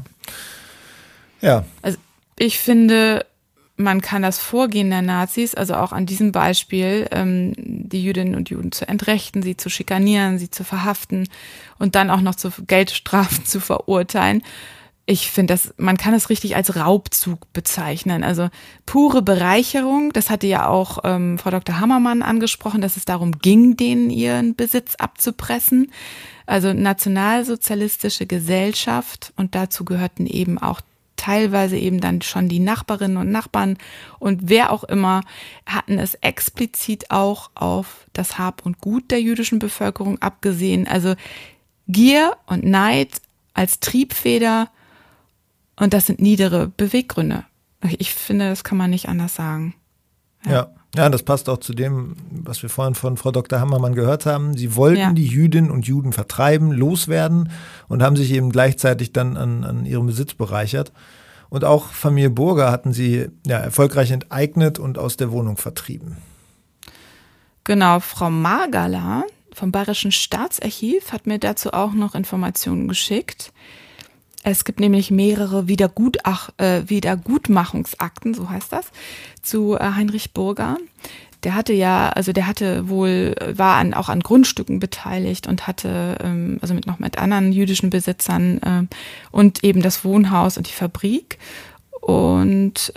Ja. Also ich finde, man kann das Vorgehen der Nazis, also auch an diesem Beispiel, die Jüdinnen und Juden zu entrechten, sie zu schikanieren, sie zu verhaften und dann auch noch zu Geldstrafen zu verurteilen. Ich finde, man kann es richtig als Raubzug bezeichnen. Also pure Bereicherung, das hatte ja auch Frau Dr. Hammermann angesprochen, dass es darum ging, denen ihren Besitz abzupressen. Also nationalsozialistische Gesellschaft und dazu gehörten eben auch teilweise eben dann schon die Nachbarinnen und Nachbarn und wer auch immer, hatten es explizit auch auf das Hab und Gut der jüdischen Bevölkerung abgesehen. Also Gier und Neid als Triebfeder. Und das sind niedere Beweggründe. Ich finde, das kann man nicht anders sagen. Ja, das passt auch zu dem, was wir vorhin von Frau Dr. Hammermann gehört haben. Sie wollten die Jüdinnen und Juden vertreiben, loswerden und haben sich eben gleichzeitig dann an ihrem Besitz bereichert. Und auch Familie Burger hatten sie erfolgreich enteignet und aus der Wohnung vertrieben. Genau, Frau Margala vom Bayerischen Staatsarchiv hat mir dazu auch noch Informationen geschickt. Es gibt nämlich mehrere Wiedergutmachungsakten, so heißt das, zu Heinrich Burger. Der war auch an Grundstücken beteiligt und hatte, mit anderen jüdischen Besitzern und eben das Wohnhaus und die Fabrik. Und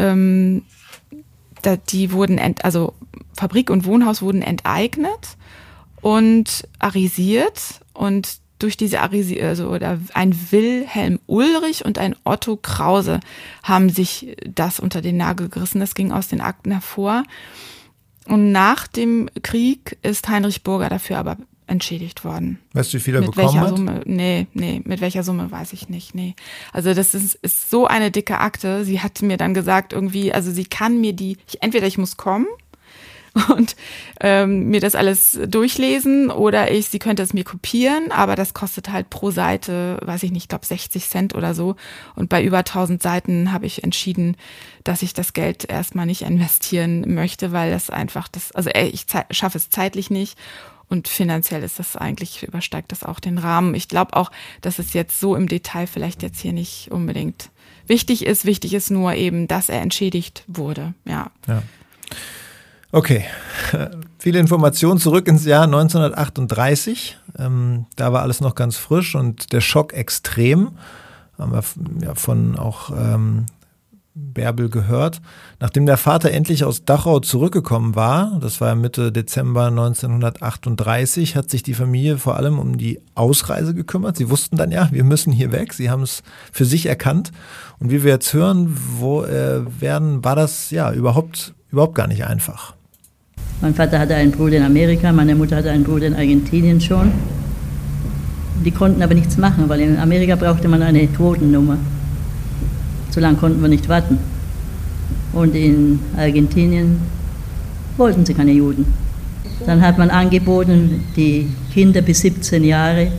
Fabrik und Wohnhaus wurden enteignet und arisiert und durch diese ein Wilhelm Ulrich und ein Otto Krause haben sich das unter den Nagel gerissen. Das ging aus den Akten hervor. Und nach dem Krieg ist Heinrich Burger dafür aber entschädigt worden. Weißt du, wie viel er bekommen hat? Mit welcher Summe weiß ich nicht. Nee. Also das ist so eine dicke Akte. Sie hat mir dann gesagt irgendwie, also sie kann mir entweder ich muss kommen und mir das alles durchlesen oder sie könnte es mir kopieren, aber das kostet halt pro Seite, weiß ich nicht, ich glaube 60 Cent oder so. Und bei über 1000 Seiten habe ich entschieden, dass ich das Geld erstmal nicht investieren möchte, weil das einfach ich schaffe es zeitlich nicht und finanziell übersteigt das auch den Rahmen. Ich glaube auch, dass es jetzt so im Detail vielleicht jetzt hier nicht unbedingt wichtig ist. Wichtig ist nur eben, dass er entschädigt wurde, ja. Okay, viele Informationen zurück ins Jahr 1938. Da war alles noch ganz frisch und der Schock extrem. Haben wir von auch Bärbel gehört. Nachdem der Vater endlich aus Dachau zurückgekommen war, das war Mitte Dezember 1938, hat sich die Familie vor allem um die Ausreise gekümmert. Sie wussten dann wir müssen hier weg. Sie haben es für sich erkannt. Und wie wir jetzt hören, war das überhaupt gar nicht einfach. Mein Vater hatte einen Bruder in Amerika, meine Mutter hatte einen Bruder in Argentinien schon. Die konnten aber nichts machen, weil in Amerika brauchte man eine Quotennummer. So lange konnten wir nicht warten. Und in Argentinien wollten sie keine Juden. Dann hat man angeboten, die Kinder bis 17 Jahre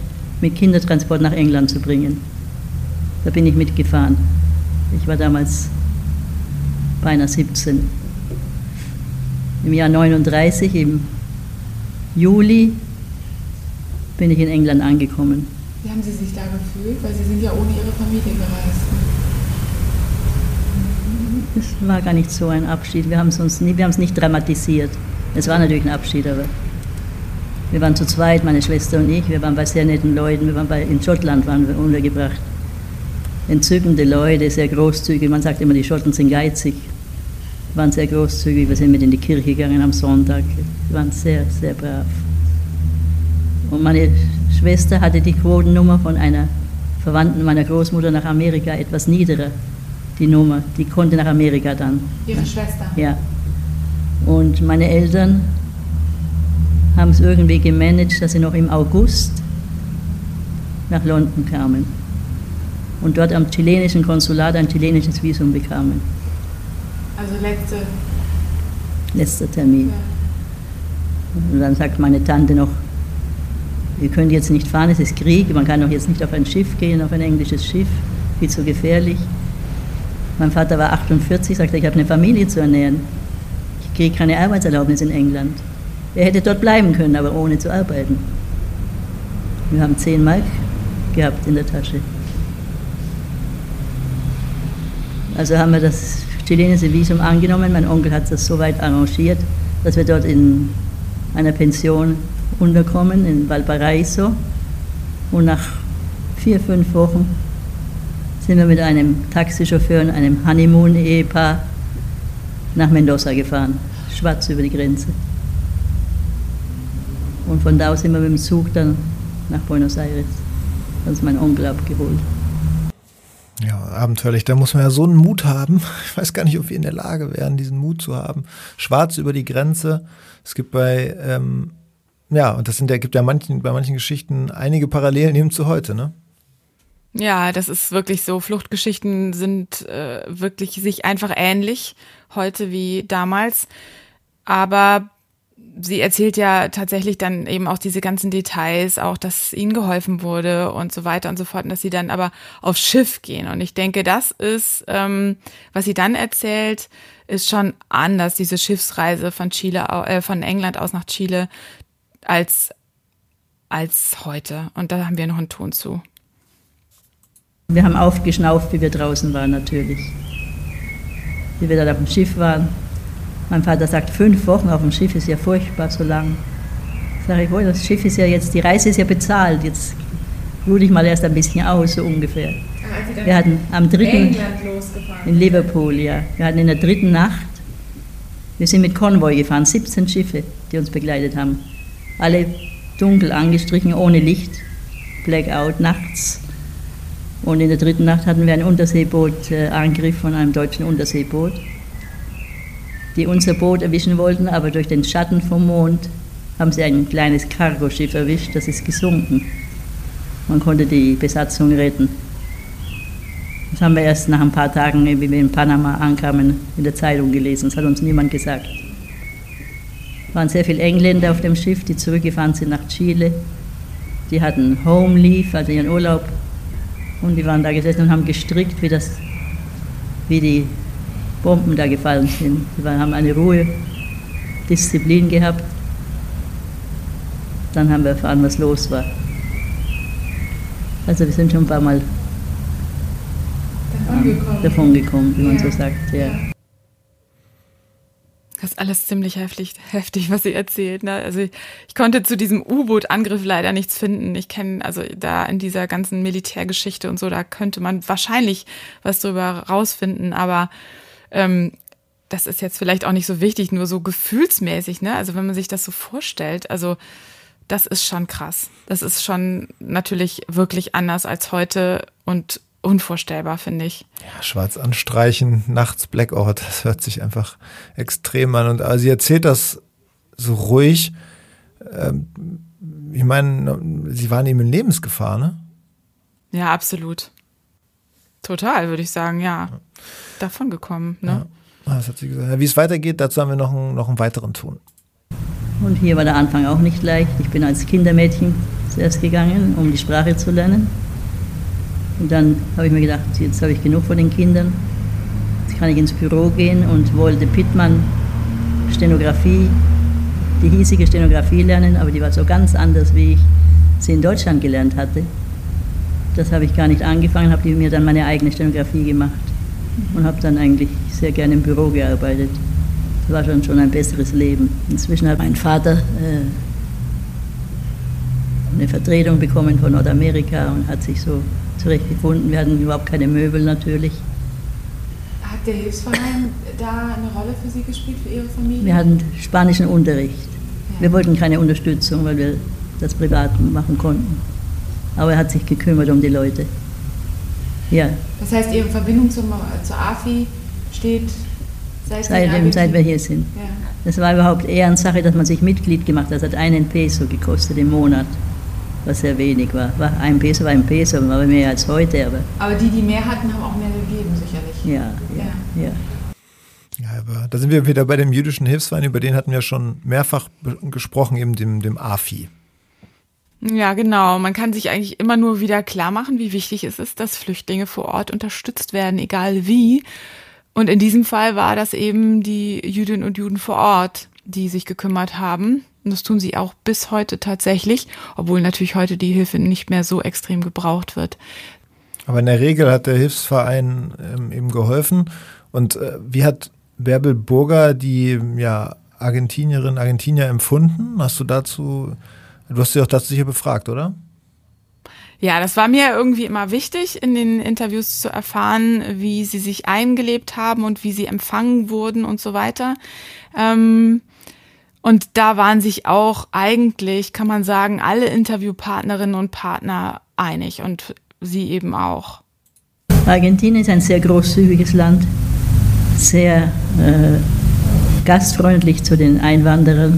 mit Kindertransport nach England zu bringen. Da bin ich mitgefahren. Ich war damals beinahe 17. Im Jahr 39, im Juli, bin ich in England angekommen. Wie haben Sie sich da gefühlt? Weil Sie sind ja ohne Ihre Familie gereist. Es war gar nicht so ein Abschied. Wir haben es nicht dramatisiert. Es war natürlich ein Abschied, aber wir waren zu zweit, meine Schwester und ich. Wir waren bei sehr netten Leuten. In Schottland waren wir untergebracht. Entzückende Leute, sehr großzügig. Man sagt immer, die Schotten sind geizig. Wir waren sehr großzügig. Wir sind mit in die Kirche gegangen am Sonntag. Wir waren sehr, sehr brav. Und meine Schwester hatte die Quotennummer von einer Verwandten meiner Großmutter nach Amerika, etwas niederer. Die Nummer, die konnte nach Amerika dann. Ihre Schwester? Ja. Und meine Eltern haben es irgendwie gemanagt, dass sie noch im August nach London kamen und dort am chilenischen Konsulat ein chilenisches Visum bekamen. Also letzter Termin. Ja. Und dann sagt meine Tante noch, ihr könnt jetzt nicht fahren, es ist Krieg, man kann doch jetzt nicht auf ein Schiff gehen, auf ein englisches Schiff, viel zu gefährlich. Mein Vater war 48, sagte, ich habe eine Familie zu ernähren. Ich kriege keine Arbeitserlaubnis in England. Er hätte dort bleiben können, aber ohne zu arbeiten. Wir haben 10 Mark gehabt in der Tasche. Also haben wir das chilenische Visum angenommen. Mein Onkel hat das so weit arrangiert, dass wir dort in einer Pension unterkommen, in Valparaiso. Und nach 4-5 Wochen sind wir mit einem Taxichauffeur und einem Honeymoon-Ehepaar nach Mendoza gefahren, schwarz über die Grenze. Und von da aus sind wir mit dem Zug dann nach Buenos Aires. Da ist mein Onkel abgeholt. Ja, abenteuerlich. Da muss man ja so einen Mut haben. Ich weiß gar nicht, ob wir in der Lage wären, diesen Mut zu haben. Schwarz über die Grenze. Es gibt bei, und gibt ja bei manchen Geschichten einige Parallelen eben zu heute, ne? Ja, das ist wirklich so. Fluchtgeschichten sind wirklich sich einfach ähnlich heute wie damals. Aber sie erzählt ja tatsächlich dann eben auch diese ganzen Details, auch, dass ihnen geholfen wurde und so weiter und so fort, und dass sie dann aber aufs Schiff gehen. Und ich denke, das ist, was sie dann erzählt, ist schon anders, diese Schiffsreise von von England aus nach Chile als heute. Und da haben wir noch einen Ton zu. Wir haben aufgeschnauft, wie wir draußen waren natürlich. Wie wir dann auf dem Schiff waren. Mein Vater sagt, 5 Wochen auf dem Schiff ist ja furchtbar so lang. Sag ich, das Schiff ist ja jetzt, die Reise ist ja bezahlt, jetzt ruhe ich mal erst ein bisschen aus, so ungefähr. Wir hatten am 3. England losgefahren. In Liverpool, ja. Wir hatten in der 3. Nacht, wir sind mit Konvoi gefahren, 17 Schiffe, die uns begleitet haben. Alle dunkel angestrichen, ohne Licht, Blackout nachts. Und in der 3. Nacht hatten wir einen Unterseeboot-Angriff von einem deutschen Unterseeboot, die unser Boot erwischen wollten, aber durch den Schatten vom Mond haben sie ein kleines Cargoschiff erwischt, das ist gesunken. Man konnte die Besatzung retten. Das haben wir erst nach ein paar Tagen, wie wir in Panama ankamen, in der Zeitung gelesen. Das hat uns niemand gesagt. Es waren sehr viele Engländer auf dem Schiff, die zurückgefahren sind nach Chile. Die hatten Home Leave, also ihren Urlaub. Und die waren da gesessen und haben gestrickt, wie die Bomben da gefallen sind. Die haben eine Ruhe, Disziplin gehabt. Dann haben wir erfahren, was los war. Also wir sind schon ein paar Mal davon gekommen, wie man so sagt. Ja. Das ist alles ziemlich heftig, was sie erzählt. Ne? Also ich konnte zu diesem U-Boot-Angriff leider nichts finden. Ich kenne, also da in dieser ganzen Militärgeschichte und so, da könnte man wahrscheinlich was drüber rausfinden, aber das ist jetzt vielleicht auch nicht so wichtig, nur so gefühlsmäßig, ne? Also wenn man sich das so vorstellt, also das ist schon krass. Das ist schon natürlich wirklich anders als heute und unvorstellbar, finde ich. Ja, schwarz anstreichen, nachts Blackout, das hört sich einfach extrem an. Und also sie erzählt das so ruhig. Ich meine, sie waren eben in Lebensgefahr, ne? Ja, absolut. Total, würde ich sagen, ja. Davon gekommen, ne? Ja, das hat sie gesagt. Wie es weitergeht, dazu haben wir noch einen weiteren Ton. Und hier war der Anfang auch nicht leicht. Ich bin als Kindermädchen zuerst gegangen, um die Sprache zu lernen. Und dann habe ich mir gedacht, jetzt habe ich genug von den Kindern. Jetzt kann ich ins Büro gehen und wollte Pittmann Stenografie, die hiesige Stenografie lernen, aber die war so ganz anders, wie ich sie in Deutschland gelernt hatte. Das habe ich gar nicht angefangen, habe mir dann meine eigene Stenografie gemacht und habe dann eigentlich sehr gerne im Büro gearbeitet. Das war schon ein besseres Leben. Inzwischen hat mein Vater eine Vertretung bekommen von Nordamerika und hat sich so zurechtgefunden. Wir hatten überhaupt keine Möbel natürlich. Hat der Hilfsverein da eine Rolle für Sie gespielt, für Ihre Familie? Wir hatten spanischen Unterricht. Ja. Wir wollten keine Unterstützung, weil wir das privat machen konnten. Aber er hat sich gekümmert um die Leute. Ja. Das heißt, Ihre Verbindung zur AFI steht seit wir hier sind. Ja. Das war überhaupt Ehrensache, dass man sich Mitglied gemacht hat. Das hat 1 Peso gekostet im Monat, was sehr wenig war. 1 Peso war 1 Peso, war mehr als heute. Aber die mehr hatten, haben auch mehr gegeben, sicherlich. Ja. Ja, aber da sind wir wieder bei dem jüdischen Hilfsverein, über den hatten wir schon mehrfach gesprochen, eben dem AFI. Ja, genau. Man kann sich eigentlich immer nur wieder klar machen, wie wichtig es ist, dass Flüchtlinge vor Ort unterstützt werden, egal wie. Und in diesem Fall war das eben die Jüdinnen und Juden vor Ort, die sich gekümmert haben. Und das tun sie auch bis heute tatsächlich, obwohl natürlich heute die Hilfe nicht mehr so extrem gebraucht wird. Aber in der Regel hat der Hilfsverein eben geholfen. Und wie hat Bärbel Burger die Argentinier empfunden? Du hast sie auch dazu sicher befragt, oder? Ja, das war mir irgendwie immer wichtig, in den Interviews zu erfahren, wie sie sich eingelebt haben und wie sie empfangen wurden und so weiter. Und da waren sich auch eigentlich, kann man sagen, alle Interviewpartnerinnen und Partner einig und sie eben auch. Argentinien ist ein sehr großzügiges Land, sehr gastfreundlich zu den Einwanderern.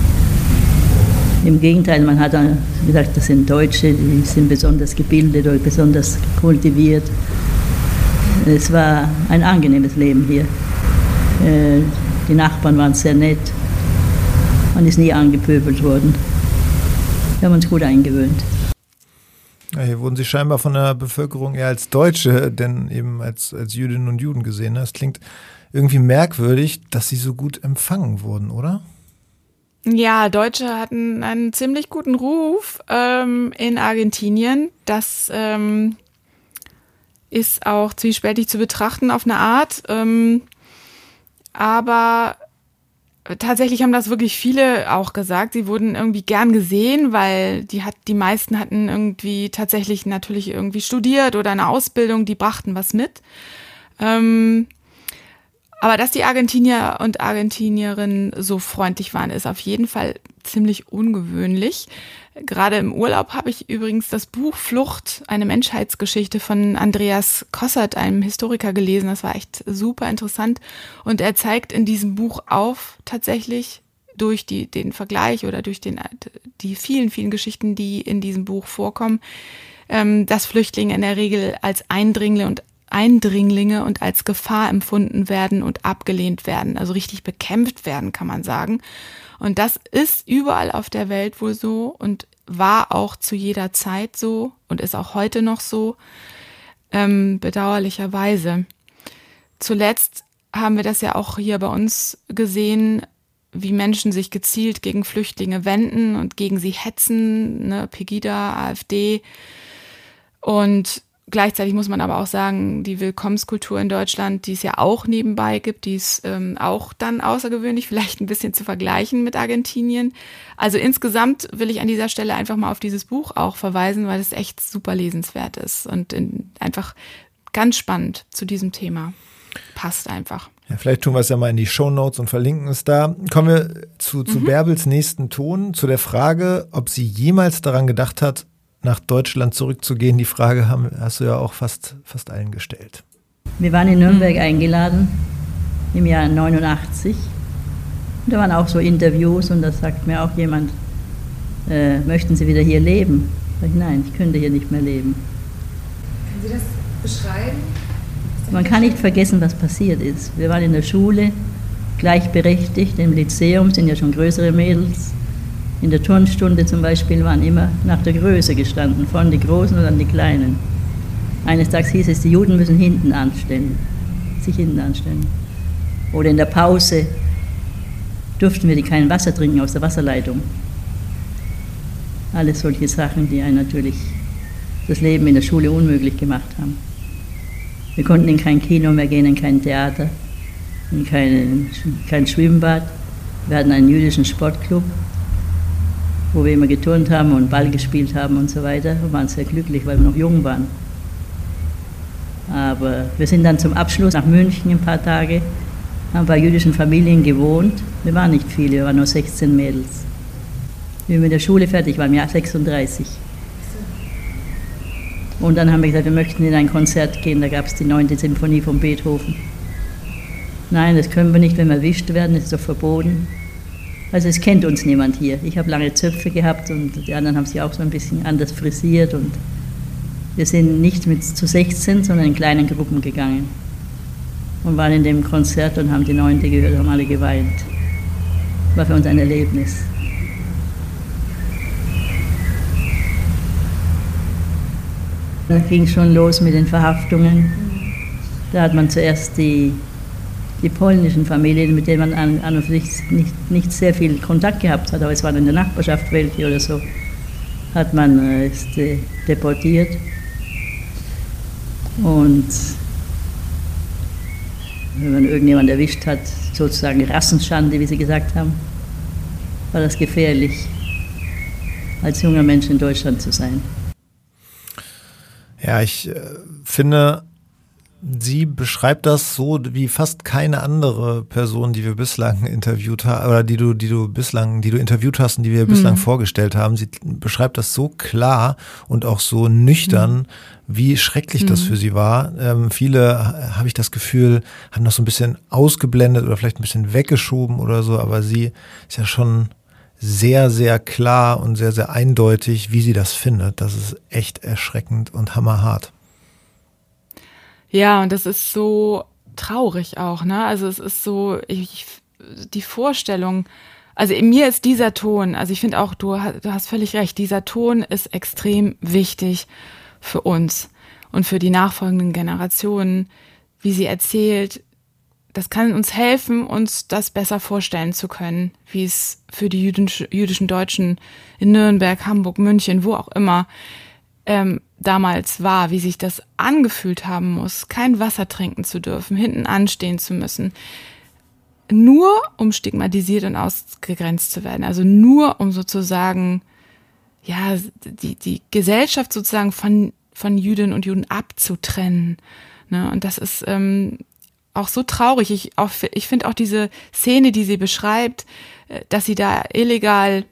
Im Gegenteil, man hat gesagt, das sind Deutsche, die sind besonders gebildet oder besonders kultiviert. Es war ein angenehmes Leben hier. Die Nachbarn waren sehr nett. Man ist nie angepöbelt worden. Wir haben uns gut eingewöhnt. Ja, hier wurden Sie scheinbar von der Bevölkerung eher als Deutsche, denn eben als Jüdinnen und Juden gesehen. Es klingt irgendwie merkwürdig, dass Sie so gut empfangen wurden, oder? Ja, Deutsche hatten einen ziemlich guten Ruf in Argentinien. Das ist auch zwiespältig zu betrachten auf eine Art. Aber tatsächlich haben das wirklich viele auch gesagt. Sie wurden irgendwie gern gesehen, weil die meisten hatten irgendwie tatsächlich natürlich irgendwie studiert oder eine Ausbildung, die brachten was mit. Aber dass die Argentinier und Argentinierinnen so freundlich waren, ist auf jeden Fall ziemlich ungewöhnlich. Gerade im Urlaub habe ich übrigens das Buch Flucht, eine Menschheitsgeschichte von Andreas Kossert, einem Historiker, gelesen. Das war echt super interessant. Und er zeigt in diesem Buch auf, tatsächlich durch den Vergleich oder durch die vielen, vielen Geschichten, die in diesem Buch vorkommen, dass Flüchtlinge in der Regel als Eindringlinge und als Gefahr empfunden werden und abgelehnt werden, also richtig bekämpft werden, kann man sagen. Und das ist überall auf der Welt wohl so und war auch zu jeder Zeit so und ist auch heute noch so, bedauerlicherweise. Zuletzt haben wir das ja auch hier bei uns gesehen, wie Menschen sich gezielt gegen Flüchtlinge wenden und gegen sie hetzen, ne, Pegida, AfD. Und gleichzeitig muss man aber auch sagen, die Willkommenskultur in Deutschland, die es ja auch nebenbei gibt, die ist auch dann außergewöhnlich, vielleicht ein bisschen zu vergleichen mit Argentinien. Also insgesamt will ich an dieser Stelle einfach mal auf dieses Buch auch verweisen, weil es echt super lesenswert ist und einfach ganz spannend zu diesem Thema. Passt einfach. Ja, vielleicht tun wir es ja mal in die Shownotes und verlinken es da. Kommen wir zu Bärbels nächsten Ton, zu der Frage, ob sie jemals daran gedacht hat, nach Deutschland zurückzugehen. Die Frage hast du ja auch fast allen gestellt. Wir waren in Nürnberg eingeladen im Jahr 89. Und da waren auch so Interviews und da sagt mir auch jemand, möchten Sie wieder hier leben? Sag ich, nein, ich könnte hier nicht mehr leben. Können Sie das beschreiben? Man kann nicht vergessen, was passiert ist. Wir waren in der Schule, gleichberechtigt. Im Lyzeum sind ja schon größere Mädels. In der Turnstunde zum Beispiel waren immer nach der Größe gestanden, von die Großen und dann die Kleinen. Eines Tages hieß es, die Juden müssen sich hinten anstellen. Oder in der Pause durften wir kein Wasser trinken aus der Wasserleitung. Alles solche Sachen, die einen natürlich das Leben in der Schule unmöglich gemacht haben. Wir konnten in kein Kino mehr gehen, in kein Theater, in kein Schwimmbad. Wir hatten einen jüdischen Sportclub, wo wir immer geturnt haben und Ball gespielt haben und so weiter. Wir waren sehr glücklich, weil wir noch jung waren. Aber wir sind dann zum Abschluss nach München ein paar Tage, haben bei jüdischen Familien gewohnt. Wir waren nicht viele, wir waren nur 16 Mädels. Wie wir mit der Schule fertig waren, im Jahr 36. Und dann haben wir gesagt, wir möchten in ein Konzert gehen, da gab es die 9. Symphonie von Beethoven. Nein, das können wir nicht, wenn wir erwischt werden, das ist doch verboten. Also es kennt uns niemand hier. Ich habe lange Zöpfe gehabt und die anderen haben sich auch so ein bisschen anders frisiert. Und wir sind nicht zu 16, sondern in kleinen Gruppen gegangen. Und waren in dem Konzert und haben die 9. gehört, haben alle geweint. War für uns ein Erlebnis. Da ging es schon los mit den Verhaftungen. Da hat man zuerst die polnischen Familien, mit denen man an und für sich nicht sehr viel Kontakt gehabt hat, aber es waren in der Nachbarschaft welche oder so, hat man deportiert. Und wenn man irgendjemand erwischt hat, sozusagen Rassenschande, wie sie gesagt haben, war das gefährlich, als junger Mensch in Deutschland zu sein. Ja, ich finde, sie beschreibt das so wie fast keine andere Person, die wir bislang interviewt haben, oder die du interviewt hast und die wir bislang vorgestellt haben. Sie beschreibt das so klar und auch so nüchtern, wie schrecklich das für sie war. Viele, habe ich das Gefühl, haben das so ein bisschen ausgeblendet oder vielleicht ein bisschen weggeschoben oder so, aber sie ist ja schon sehr, sehr klar und sehr, sehr eindeutig, wie sie das findet. Das ist echt erschreckend und hammerhart. Ja, und das ist so traurig auch, ne? Also es ist so, die Vorstellung, also in mir ist dieser Ton, also ich finde auch, du hast völlig recht, dieser Ton ist extrem wichtig für uns und für die nachfolgenden Generationen, wie sie erzählt. Das kann uns helfen, uns das besser vorstellen zu können, wie es für die jüdischen Deutschen in Nürnberg, Hamburg, München, wo auch immer damals war, wie sich das angefühlt haben muss, kein Wasser trinken zu dürfen, hinten anstehen zu müssen, nur um stigmatisiert und ausgegrenzt zu werden, also nur um sozusagen ja die Gesellschaft sozusagen von Jüdinnen und Juden abzutrennen, ne? Und das ist auch so traurig. Ich finde auch diese Szene, die sie beschreibt, dass sie da illegal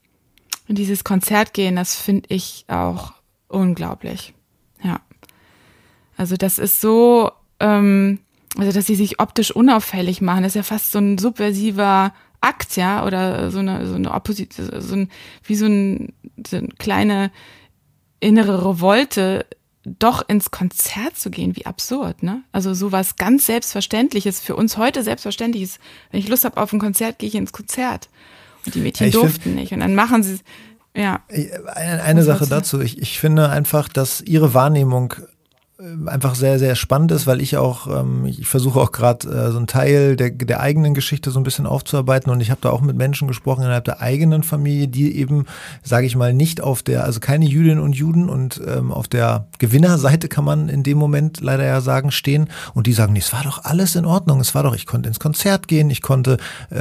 in dieses Konzert gehen, das finde ich auch unglaublich. Ja. Also das ist so, also dass sie sich optisch unauffällig machen, das ist ja fast so ein subversiver Akt, ja, oder so eine Opposition, so eine kleine innere Revolte, doch ins Konzert zu gehen, wie absurd, ne? Also sowas ganz Selbstverständliches, für uns heute Selbstverständliches. Wenn ich Lust habe auf ein Konzert, gehe ich ins Konzert. Und die Mädchen durften nicht. Und dann machen sie, ja. Eine Sache dazu. Ich finde einfach, dass ihre Wahrnehmung einfach sehr, sehr spannend ist, weil ich versuche auch gerade so einen Teil der eigenen Geschichte so ein bisschen aufzuarbeiten und ich habe da auch mit Menschen gesprochen innerhalb der eigenen Familie, die eben, sage ich mal, nicht also keine Jüdinnen und Juden und auf der Gewinnerseite kann man in dem Moment leider ja sagen, stehen und die sagen, nee, es war doch alles in Ordnung, ich konnte ins Konzert gehen, ich konnte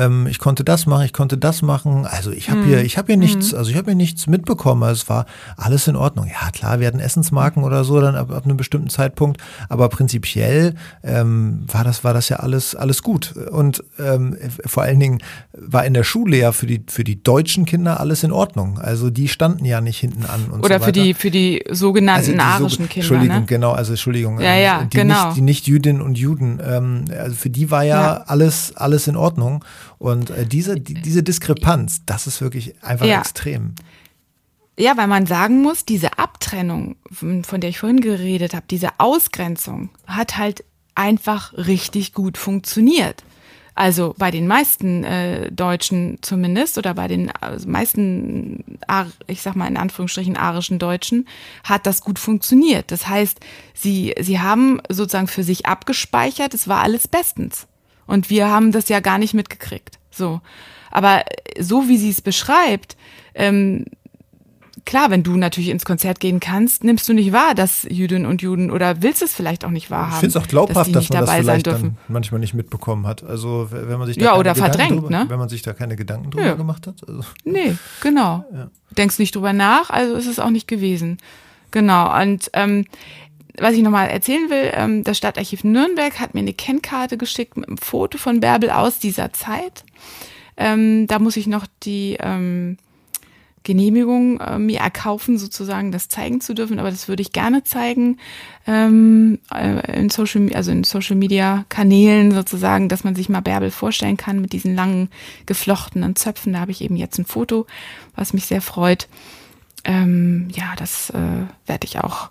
das machen, also ich habe hier nichts mitbekommen, also es war alles in Ordnung. Ja klar, wir hatten Essensmarken oder so, dann ab einem bestimmten Zeitpunkt, aber prinzipiell war das ja alles gut und vor allen Dingen war in der Schule ja für die deutschen Kinder alles in Ordnung, also die standen ja nicht hinten an und oder so weiter. für die sogenannten arischen Kinder, Entschuldigung, ja, genau. Die nicht Jüdinnen und Juden, also für die war ja alles in Ordnung und diese Diskrepanz, das ist wirklich einfach extrem. Ja, weil man sagen muss, diese Abtrennung, von der ich vorhin geredet habe, diese Ausgrenzung hat halt einfach richtig gut funktioniert. Also bei den meisten Deutschen zumindest oder bei den meisten, ich sag mal in Anführungsstrichen, arischen Deutschen hat das gut funktioniert. Das heißt, sie haben sozusagen für sich abgespeichert, es war alles bestens. Und wir haben das ja gar nicht mitgekriegt. So. Aber so wie sie es beschreibt, klar, wenn du natürlich ins Konzert gehen kannst, nimmst du nicht wahr, dass Jüdinnen und Juden oder willst es vielleicht auch nicht wahrhaben. Ich finde es auch glaubhaft, dass man das vielleicht dann manchmal nicht mitbekommen hat. Also wenn man sich da ja, oder verdrängt, drüber, ne? Wenn man sich da keine Gedanken drüber gemacht hat. Also. Nee, genau. Ja. Denkst nicht drüber nach, also ist es auch nicht gewesen. Genau. Und was ich nochmal erzählen will, das Stadtarchiv Nürnberg hat mir eine Kennkarte geschickt mit einem Foto von Bärbel aus dieser Zeit. Da muss ich noch die Genehmigung mir erkaufen, sozusagen das zeigen zu dürfen, aber das würde ich gerne zeigen in Social Media Kanälen sozusagen, dass man sich mal Bärbel vorstellen kann mit diesen langen geflochtenen Zöpfen. Da habe ich eben jetzt ein Foto, was mich sehr freut. Das werde ich auch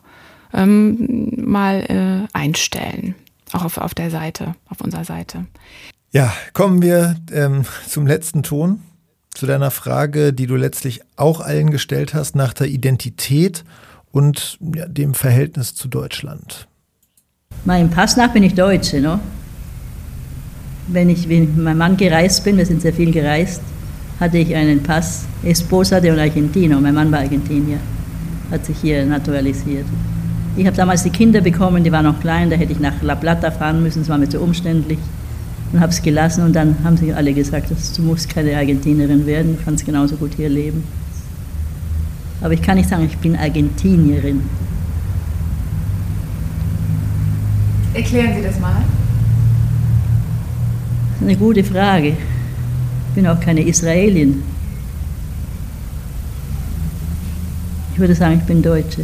mal einstellen, auch auf der Seite, auf unserer Seite. Ja, kommen wir zum letzten Ton. Zu deiner Frage, die du letztlich auch allen gestellt hast, nach der Identität und dem Verhältnis zu Deutschland. Meinem Pass nach bin ich Deutsche, ne? Wenn ich mit meinem Mann gereist bin, wir sind sehr viel gereist, hatte ich einen Pass Esposa de un Argentino. Mein Mann war Argentinier, hat sich hier naturalisiert. Ich habe damals die Kinder bekommen, die waren noch klein, da hätte ich nach La Plata fahren müssen, das war mir zu umständlich. Und habe es gelassen und dann haben sie alle gesagt, du musst keine Argentinierin werden, du kannst genauso gut hier leben. Aber ich kann nicht sagen, ich bin Argentinierin. Erklären Sie das mal. Das ist eine gute Frage. Ich bin auch keine Israelin. Ich würde sagen, ich bin Deutsche.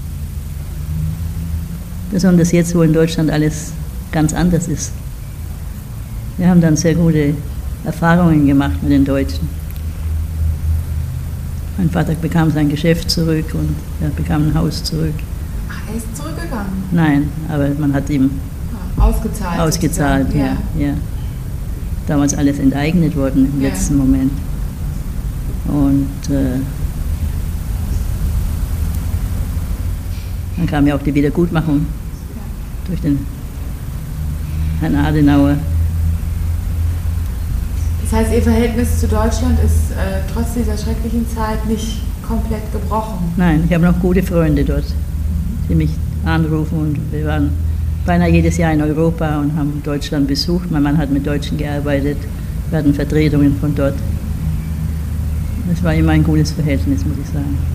Besonders jetzt, wo in Deutschland alles ganz anders ist. Wir haben dann sehr gute Erfahrungen gemacht mit den Deutschen. Mein Vater bekam sein Geschäft zurück und er bekam ein Haus zurück. Ach, er ist zurückgegangen? Nein, aber man hat ihm ausgezahlt. Ja. Damals alles enteignet worden im letzten Moment. Und dann kam ja auch die Wiedergutmachung durch den Herrn Adenauer. Das heißt, Ihr Verhältnis zu Deutschland ist trotz dieser schrecklichen Zeit nicht komplett gebrochen? Nein, ich habe noch gute Freunde dort, die mich anrufen und wir waren beinahe jedes Jahr in Europa und haben Deutschland besucht. Mein Mann hat mit Deutschen gearbeitet, wir hatten Vertretungen von dort. Es war immer ein gutes Verhältnis, muss ich sagen.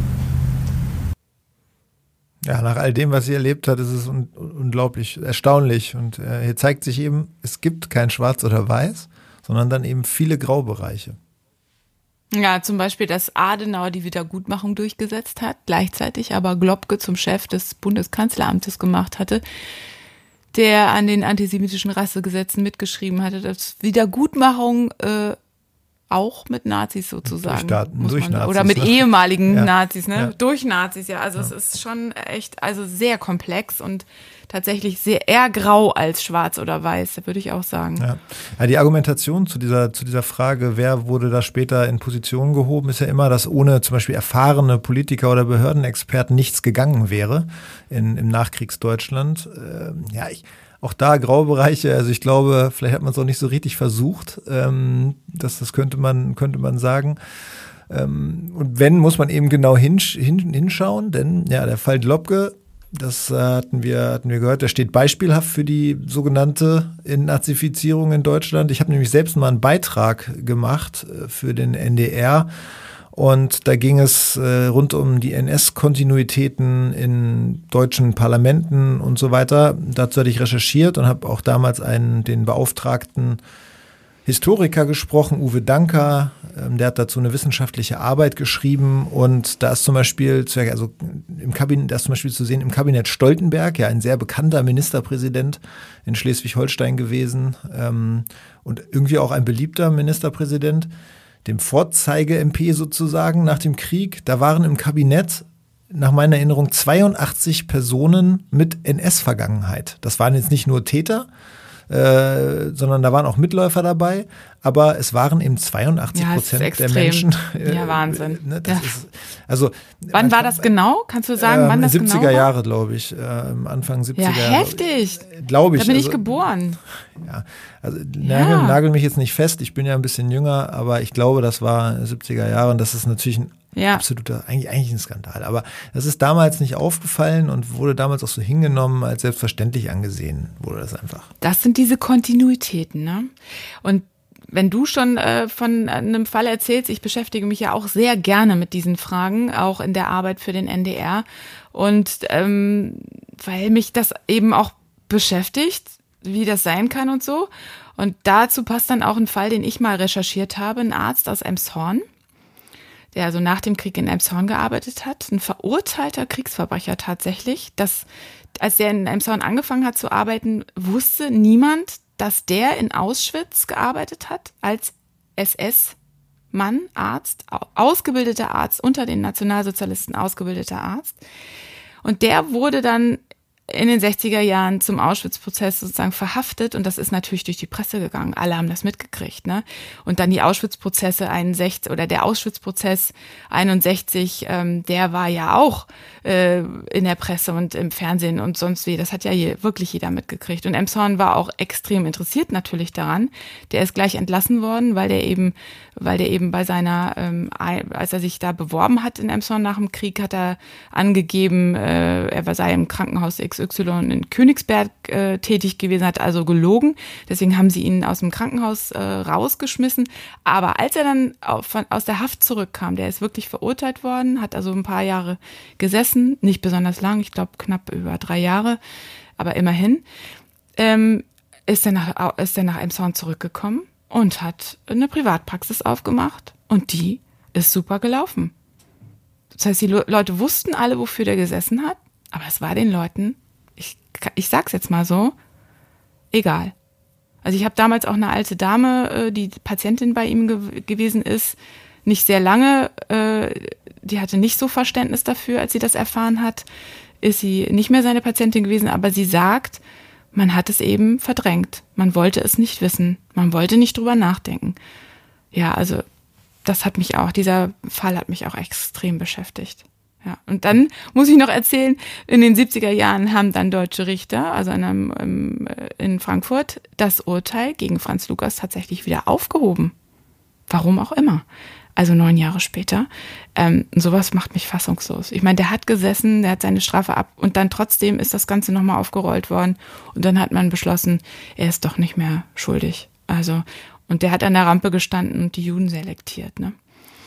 Ja, nach all dem, was sie erlebt hat, ist es unglaublich erstaunlich. Und hier zeigt sich eben, es gibt kein Schwarz oder Weiß, sondern dann eben viele Graubereiche. Ja, zum Beispiel, dass Adenauer die Wiedergutmachung durchgesetzt hat, gleichzeitig aber Globke zum Chef des Bundeskanzleramtes gemacht hatte, der an den antisemitischen Rassegesetzen mitgeschrieben hatte, dass Wiedergutmachung auch mit Nazis sozusagen. Durch Nazis, oder mit ehemaligen Nazis, ne? Ja. Durch Nazis, ja. Also es ist schon echt, also sehr komplex und tatsächlich eher grau als schwarz oder weiß, würde ich auch sagen. Ja, die Argumentation zu dieser Frage, wer wurde da später in Position gehoben, ist ja immer, dass ohne zum Beispiel erfahrene Politiker oder Behördenexperten nichts gegangen wäre im Nachkriegsdeutschland. Auch da Graubereiche, also ich glaube, vielleicht hat man es auch nicht so richtig versucht, das könnte man sagen. Und wenn, muss man eben genau hinschauen, denn ja, der Fall Globke, das hatten wir gehört, der steht beispielhaft für die sogenannte Entnazifizierung in Deutschland. Ich habe nämlich selbst mal einen Beitrag gemacht für den NDR. Und da ging es rund um die NS-Kontinuitäten in deutschen Parlamenten und so weiter. Dazu hatte ich recherchiert und habe auch damals den beauftragten Historiker gesprochen, Uwe Danker. Der hat dazu eine wissenschaftliche Arbeit geschrieben. Und da ist zum Beispiel zu sehen, im Kabinett Stoltenberg, ja ein sehr bekannter Ministerpräsident in Schleswig-Holstein gewesen und irgendwie auch ein beliebter Ministerpräsident, dem Vorzeige-MP sozusagen nach dem Krieg. Da waren im Kabinett, nach meiner Erinnerung, 82 Personen mit NS-Vergangenheit. Das waren jetzt nicht nur Täter, sondern da waren auch Mitläufer dabei. Aber es waren eben 82% der Menschen. Ja, Wahnsinn. Ne, ist, wann war das genau? Kannst du sagen, wann das 70er genau war? Jahre, glaube ich. Anfang 70er Jahre. Ja, heftig. Glaube ich. Da bin ich geboren. Ja, also nagel mich jetzt nicht fest. Ich bin ja ein bisschen jünger, aber ich glaube, das war 70er Jahre und das ist natürlich ein absoluter, eigentlich ein Skandal. Aber das ist damals nicht aufgefallen und wurde damals auch so hingenommen, als selbstverständlich angesehen wurde das einfach. Das sind diese Kontinuitäten, ne? Und wenn du schon von einem Fall erzählst, ich beschäftige mich ja auch sehr gerne mit diesen Fragen, auch in der Arbeit für den NDR. Und weil mich das eben auch beschäftigt, wie das sein kann und so. Und dazu passt dann auch ein Fall, den ich mal recherchiert habe, ein Arzt aus Elmshorn, der also nach dem Krieg in Elmshorn gearbeitet hat, ein verurteilter Kriegsverbrecher tatsächlich. Als der in Elmshorn angefangen hat zu arbeiten, wusste niemand, dass der in Auschwitz gearbeitet hat als SS-Mann, Arzt, ausgebildeter Arzt, unter den Nationalsozialisten ausgebildeter Arzt. Und der wurde dann in den 60er Jahren zum Auschwitz-Prozess sozusagen verhaftet und das ist natürlich durch die Presse gegangen. Alle haben das mitgekriegt, ne? Und dann die Auschwitz-Prozesse 61 oder der Auschwitz-Prozess 61, der war ja auch in der Presse und im Fernsehen und sonst wie. Das hat ja wirklich jeder mitgekriegt. Und Elmshorn war auch extrem interessiert natürlich daran. Der ist gleich entlassen worden, weil der eben bei seiner, als er sich da beworben hat in Elmshorn nach dem Krieg, hat er angegeben, er sei im Krankenhaus XY in Königsberg tätig gewesen, hat also gelogen. Deswegen haben sie ihn aus dem Krankenhaus rausgeschmissen. Aber als er dann aus der Haft zurückkam, der ist wirklich verurteilt worden, hat also ein paar Jahre gesessen, nicht besonders lang, ich glaube knapp über 3 Jahre, aber immerhin, ist er nach Elmshorn zurückgekommen und hat eine Privatpraxis aufgemacht und die ist super gelaufen. Das heißt, die Leute wussten alle, wofür der gesessen hat, aber es war den Leuten, ich sag's jetzt mal so, egal. Also ich habe damals auch eine alte Dame, die Patientin bei ihm gewesen ist, nicht sehr lange, die hatte nicht so Verständnis dafür, als sie das erfahren hat, ist sie nicht mehr seine Patientin gewesen, aber sie sagt, man hat es eben verdrängt. Man wollte es nicht wissen. Man wollte nicht drüber nachdenken. Ja, also dieser Fall hat mich auch extrem beschäftigt. Ja, und dann muss ich noch erzählen, in den 70er Jahren haben dann deutsche Richter, also in Frankfurt, das Urteil gegen Franz Lukas tatsächlich wieder aufgehoben. Warum auch immer. Also 9 Jahre später. Sowas macht mich fassungslos. Ich meine, der hat gesessen, der hat seine Strafe ab und dann trotzdem ist das Ganze nochmal aufgerollt worden und dann hat man beschlossen, er ist doch nicht mehr schuldig. Also, und der hat an der Rampe gestanden und die Juden selektiert, ne?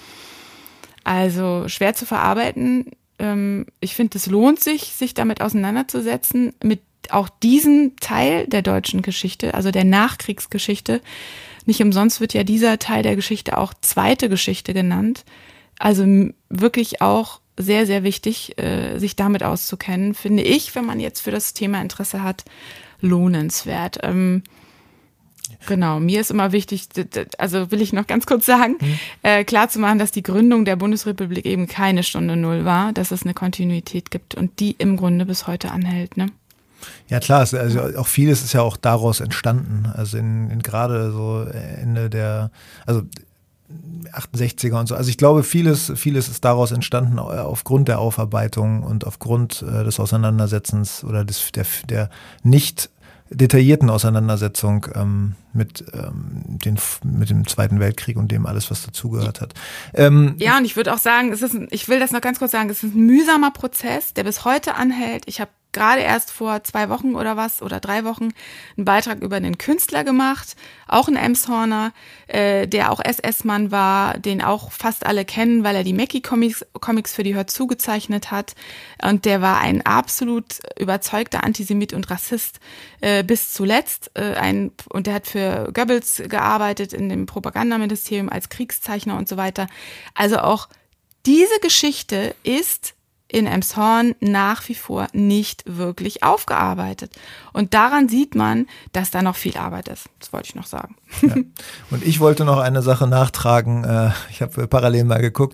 Also schwer zu verarbeiten. Ich finde, es lohnt sich damit auseinanderzusetzen, mit auch diesem Teil der deutschen Geschichte, also der Nachkriegsgeschichte. Nicht umsonst wird ja dieser Teil der Geschichte auch zweite Geschichte genannt. Also wirklich auch sehr, sehr wichtig, sich damit auszukennen, finde ich, wenn man jetzt für das Thema Interesse hat, lohnenswert. Genau, mir ist immer wichtig, also will ich noch ganz kurz sagen, klar zu machen, dass die Gründung der Bundesrepublik eben keine Stunde Null war, dass es eine Kontinuität gibt und die im Grunde bis heute anhält, ne? Ja klar, also auch vieles ist ja auch daraus entstanden. Also in gerade so Ende der, also 68er und so. Also ich glaube, vieles ist daraus entstanden aufgrund der Aufarbeitung und aufgrund des Auseinandersetzens oder der nicht detaillierten Auseinandersetzung mit dem Zweiten Weltkrieg und dem alles, was dazugehört hat. Ja, und ich würde auch sagen, ich will das noch ganz kurz sagen, es ist ein mühsamer Prozess, der bis heute anhält. Ich habe gerade erst vor 2 Wochen oder 3 Wochen einen Beitrag über einen Künstler gemacht, auch ein Elmshorner, der auch SS-Mann war, den auch fast alle kennen, weil er die Mackie-Comics für die Hör zu gezeichnet hat. Und der war ein absolut überzeugter Antisemit und Rassist bis zuletzt. Und der hat für Goebbels gearbeitet in dem Propagandaministerium als Kriegszeichner und so weiter. Also auch diese Geschichte ist in Elmshorn nach wie vor nicht wirklich aufgearbeitet. Und daran sieht man, dass da noch viel Arbeit ist. Das wollte ich noch sagen. Ja. Und ich wollte noch eine Sache nachtragen. Ich habe parallel mal geguckt.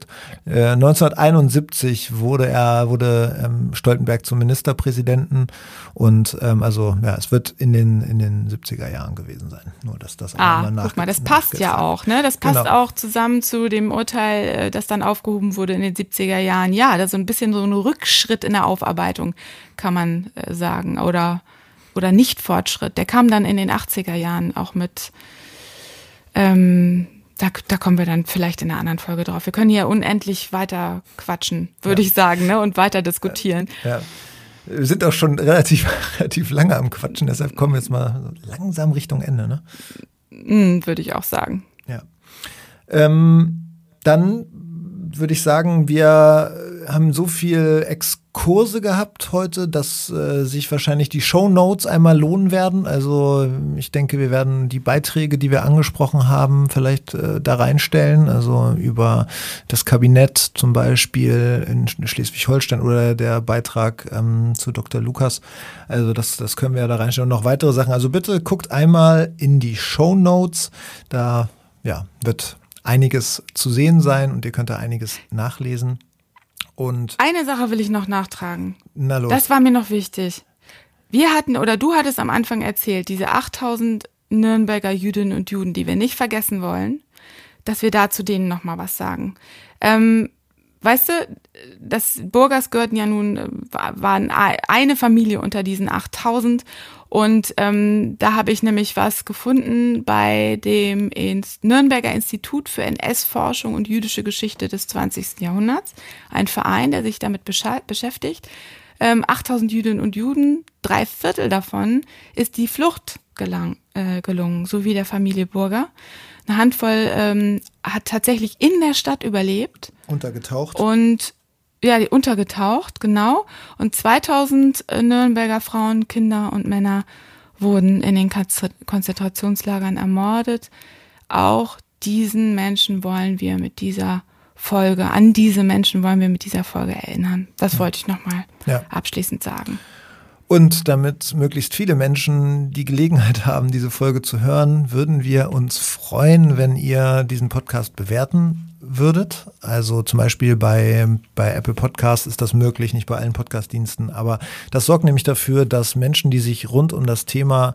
1971 wurde Stoltenberg zum Ministerpräsidenten und es wird in den 70er Jahren gewesen sein. Nur, dass das guck mal, das passt ja auch, ne? Das passt auch zusammen zu dem Urteil, das dann aufgehoben wurde in den 70er Jahren. Ja, das ist so ein bisschen so ein Rückschritt in der Aufarbeitung, kann man sagen. Oder nicht Fortschritt. Der kam dann in den 80er Jahren auch mit. Da kommen wir dann vielleicht in einer anderen Folge drauf. Wir können hier unendlich weiter quatschen, würde ich sagen, ne? Und weiter diskutieren. Ja. Wir sind auch schon relativ lange am Quatschen, deshalb kommen wir jetzt mal langsam Richtung Ende, ne? Würde ich auch sagen. Ja. Dann würde ich sagen, wir haben so viel Exkurse gehabt heute, dass sich wahrscheinlich die Shownotes einmal lohnen werden. Also ich denke, wir werden die Beiträge, die wir angesprochen haben, vielleicht da reinstellen. Also über das Kabinett zum Beispiel in Schleswig-Holstein oder der Beitrag zu Dr. Lukas. Also das können wir ja da reinstellen. Und noch weitere Sachen. Also bitte guckt einmal in die Shownotes. Da wird einiges zu sehen sein und ihr könnt da einiges nachlesen. Und eine Sache will ich noch nachtragen. Na los. Das war mir noch wichtig. Du hattest am Anfang erzählt, diese 8000 Nürnberger Jüdinnen und Juden, die wir nicht vergessen wollen, dass wir da zu denen noch mal was sagen. Weißt du, das Burgers gehörten ja waren eine Familie unter diesen 8000 und da habe ich nämlich was gefunden bei dem Nürnberger Institut für NS-Forschung und jüdische Geschichte des 20. Jahrhunderts, ein Verein, der sich damit beschäftigt. 8000 Jüdinnen und Juden, 3/4 davon ist die Flucht gelungen, so wie der Familie Burger. Eine Handvoll hat tatsächlich in der Stadt überlebt. Untergetaucht. Untergetaucht, genau. Und 2000 Nürnberger Frauen, Kinder und Männer wurden in den Konzentrationslagern ermordet. Auch diesen Menschen wollen wir mit dieser Folge, an diese Menschen wollen wir mit dieser Folge erinnern. Das wollte ich nochmal abschließend sagen. Und damit möglichst viele Menschen die Gelegenheit haben, diese Folge zu hören, würden wir uns freuen, wenn ihr diesen Podcast bewerten würdet. Also zum Beispiel bei Apple Podcasts ist das möglich, nicht bei allen Podcast-Diensten. Aber das sorgt nämlich dafür, dass Menschen, die sich rund um das Thema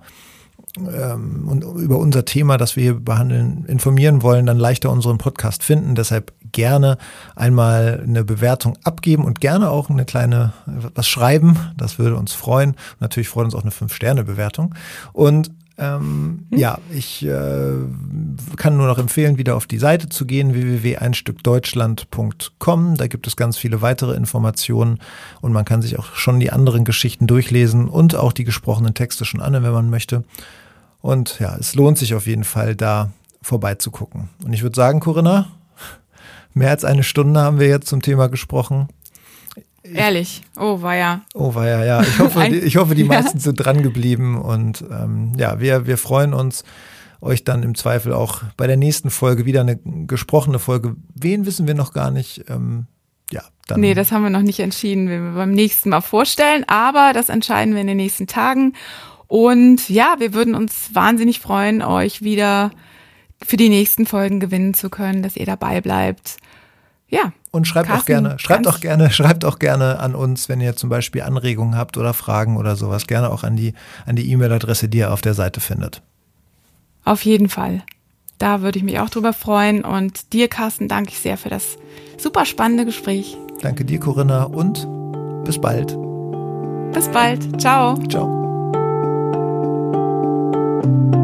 und über unser Thema, das wir hier behandeln, informieren wollen, dann leichter unseren Podcast finden. Deshalb gerne einmal eine Bewertung abgeben und gerne auch eine kleine was schreiben. Das würde uns freuen. Und natürlich freut uns auch eine 5-Sterne-Bewertung. Und ich kann nur noch empfehlen, wieder auf die Seite zu gehen, www.einstückdeutschland.com. Da gibt es ganz viele weitere Informationen und man kann sich auch schon die anderen Geschichten durchlesen und auch die gesprochenen Texte schon anhören, wenn man möchte. Und ja, es lohnt sich auf jeden Fall, da vorbeizugucken. Und ich würde sagen, Corinna, mehr als eine Stunde haben wir jetzt zum Thema gesprochen. Ehrlich, oh weia. Oh weia, ja. Ich hoffe, die meisten sind dran geblieben und wir freuen uns, euch dann im Zweifel auch bei der nächsten Folge wieder eine gesprochene Folge. Wen wissen wir noch gar nicht. Nee, das haben wir noch nicht entschieden, wenn wir beim nächsten Mal vorstellen, aber das entscheiden wir in den nächsten Tagen. Und ja, wir würden uns wahnsinnig freuen, euch wieder für die nächsten Folgen gewinnen zu können, dass ihr dabei bleibt. Ja. Und schreibt auch gerne an uns, wenn ihr zum Beispiel Anregungen habt oder Fragen oder sowas. Gerne auch an die E-Mail-Adresse, die ihr auf der Seite findet. Auf jeden Fall. Da würde ich mich auch drüber freuen. Und dir, Carsten, danke ich sehr für das super spannende Gespräch. Danke dir, Corinna, und bis bald. Bis bald. Ciao. Ciao.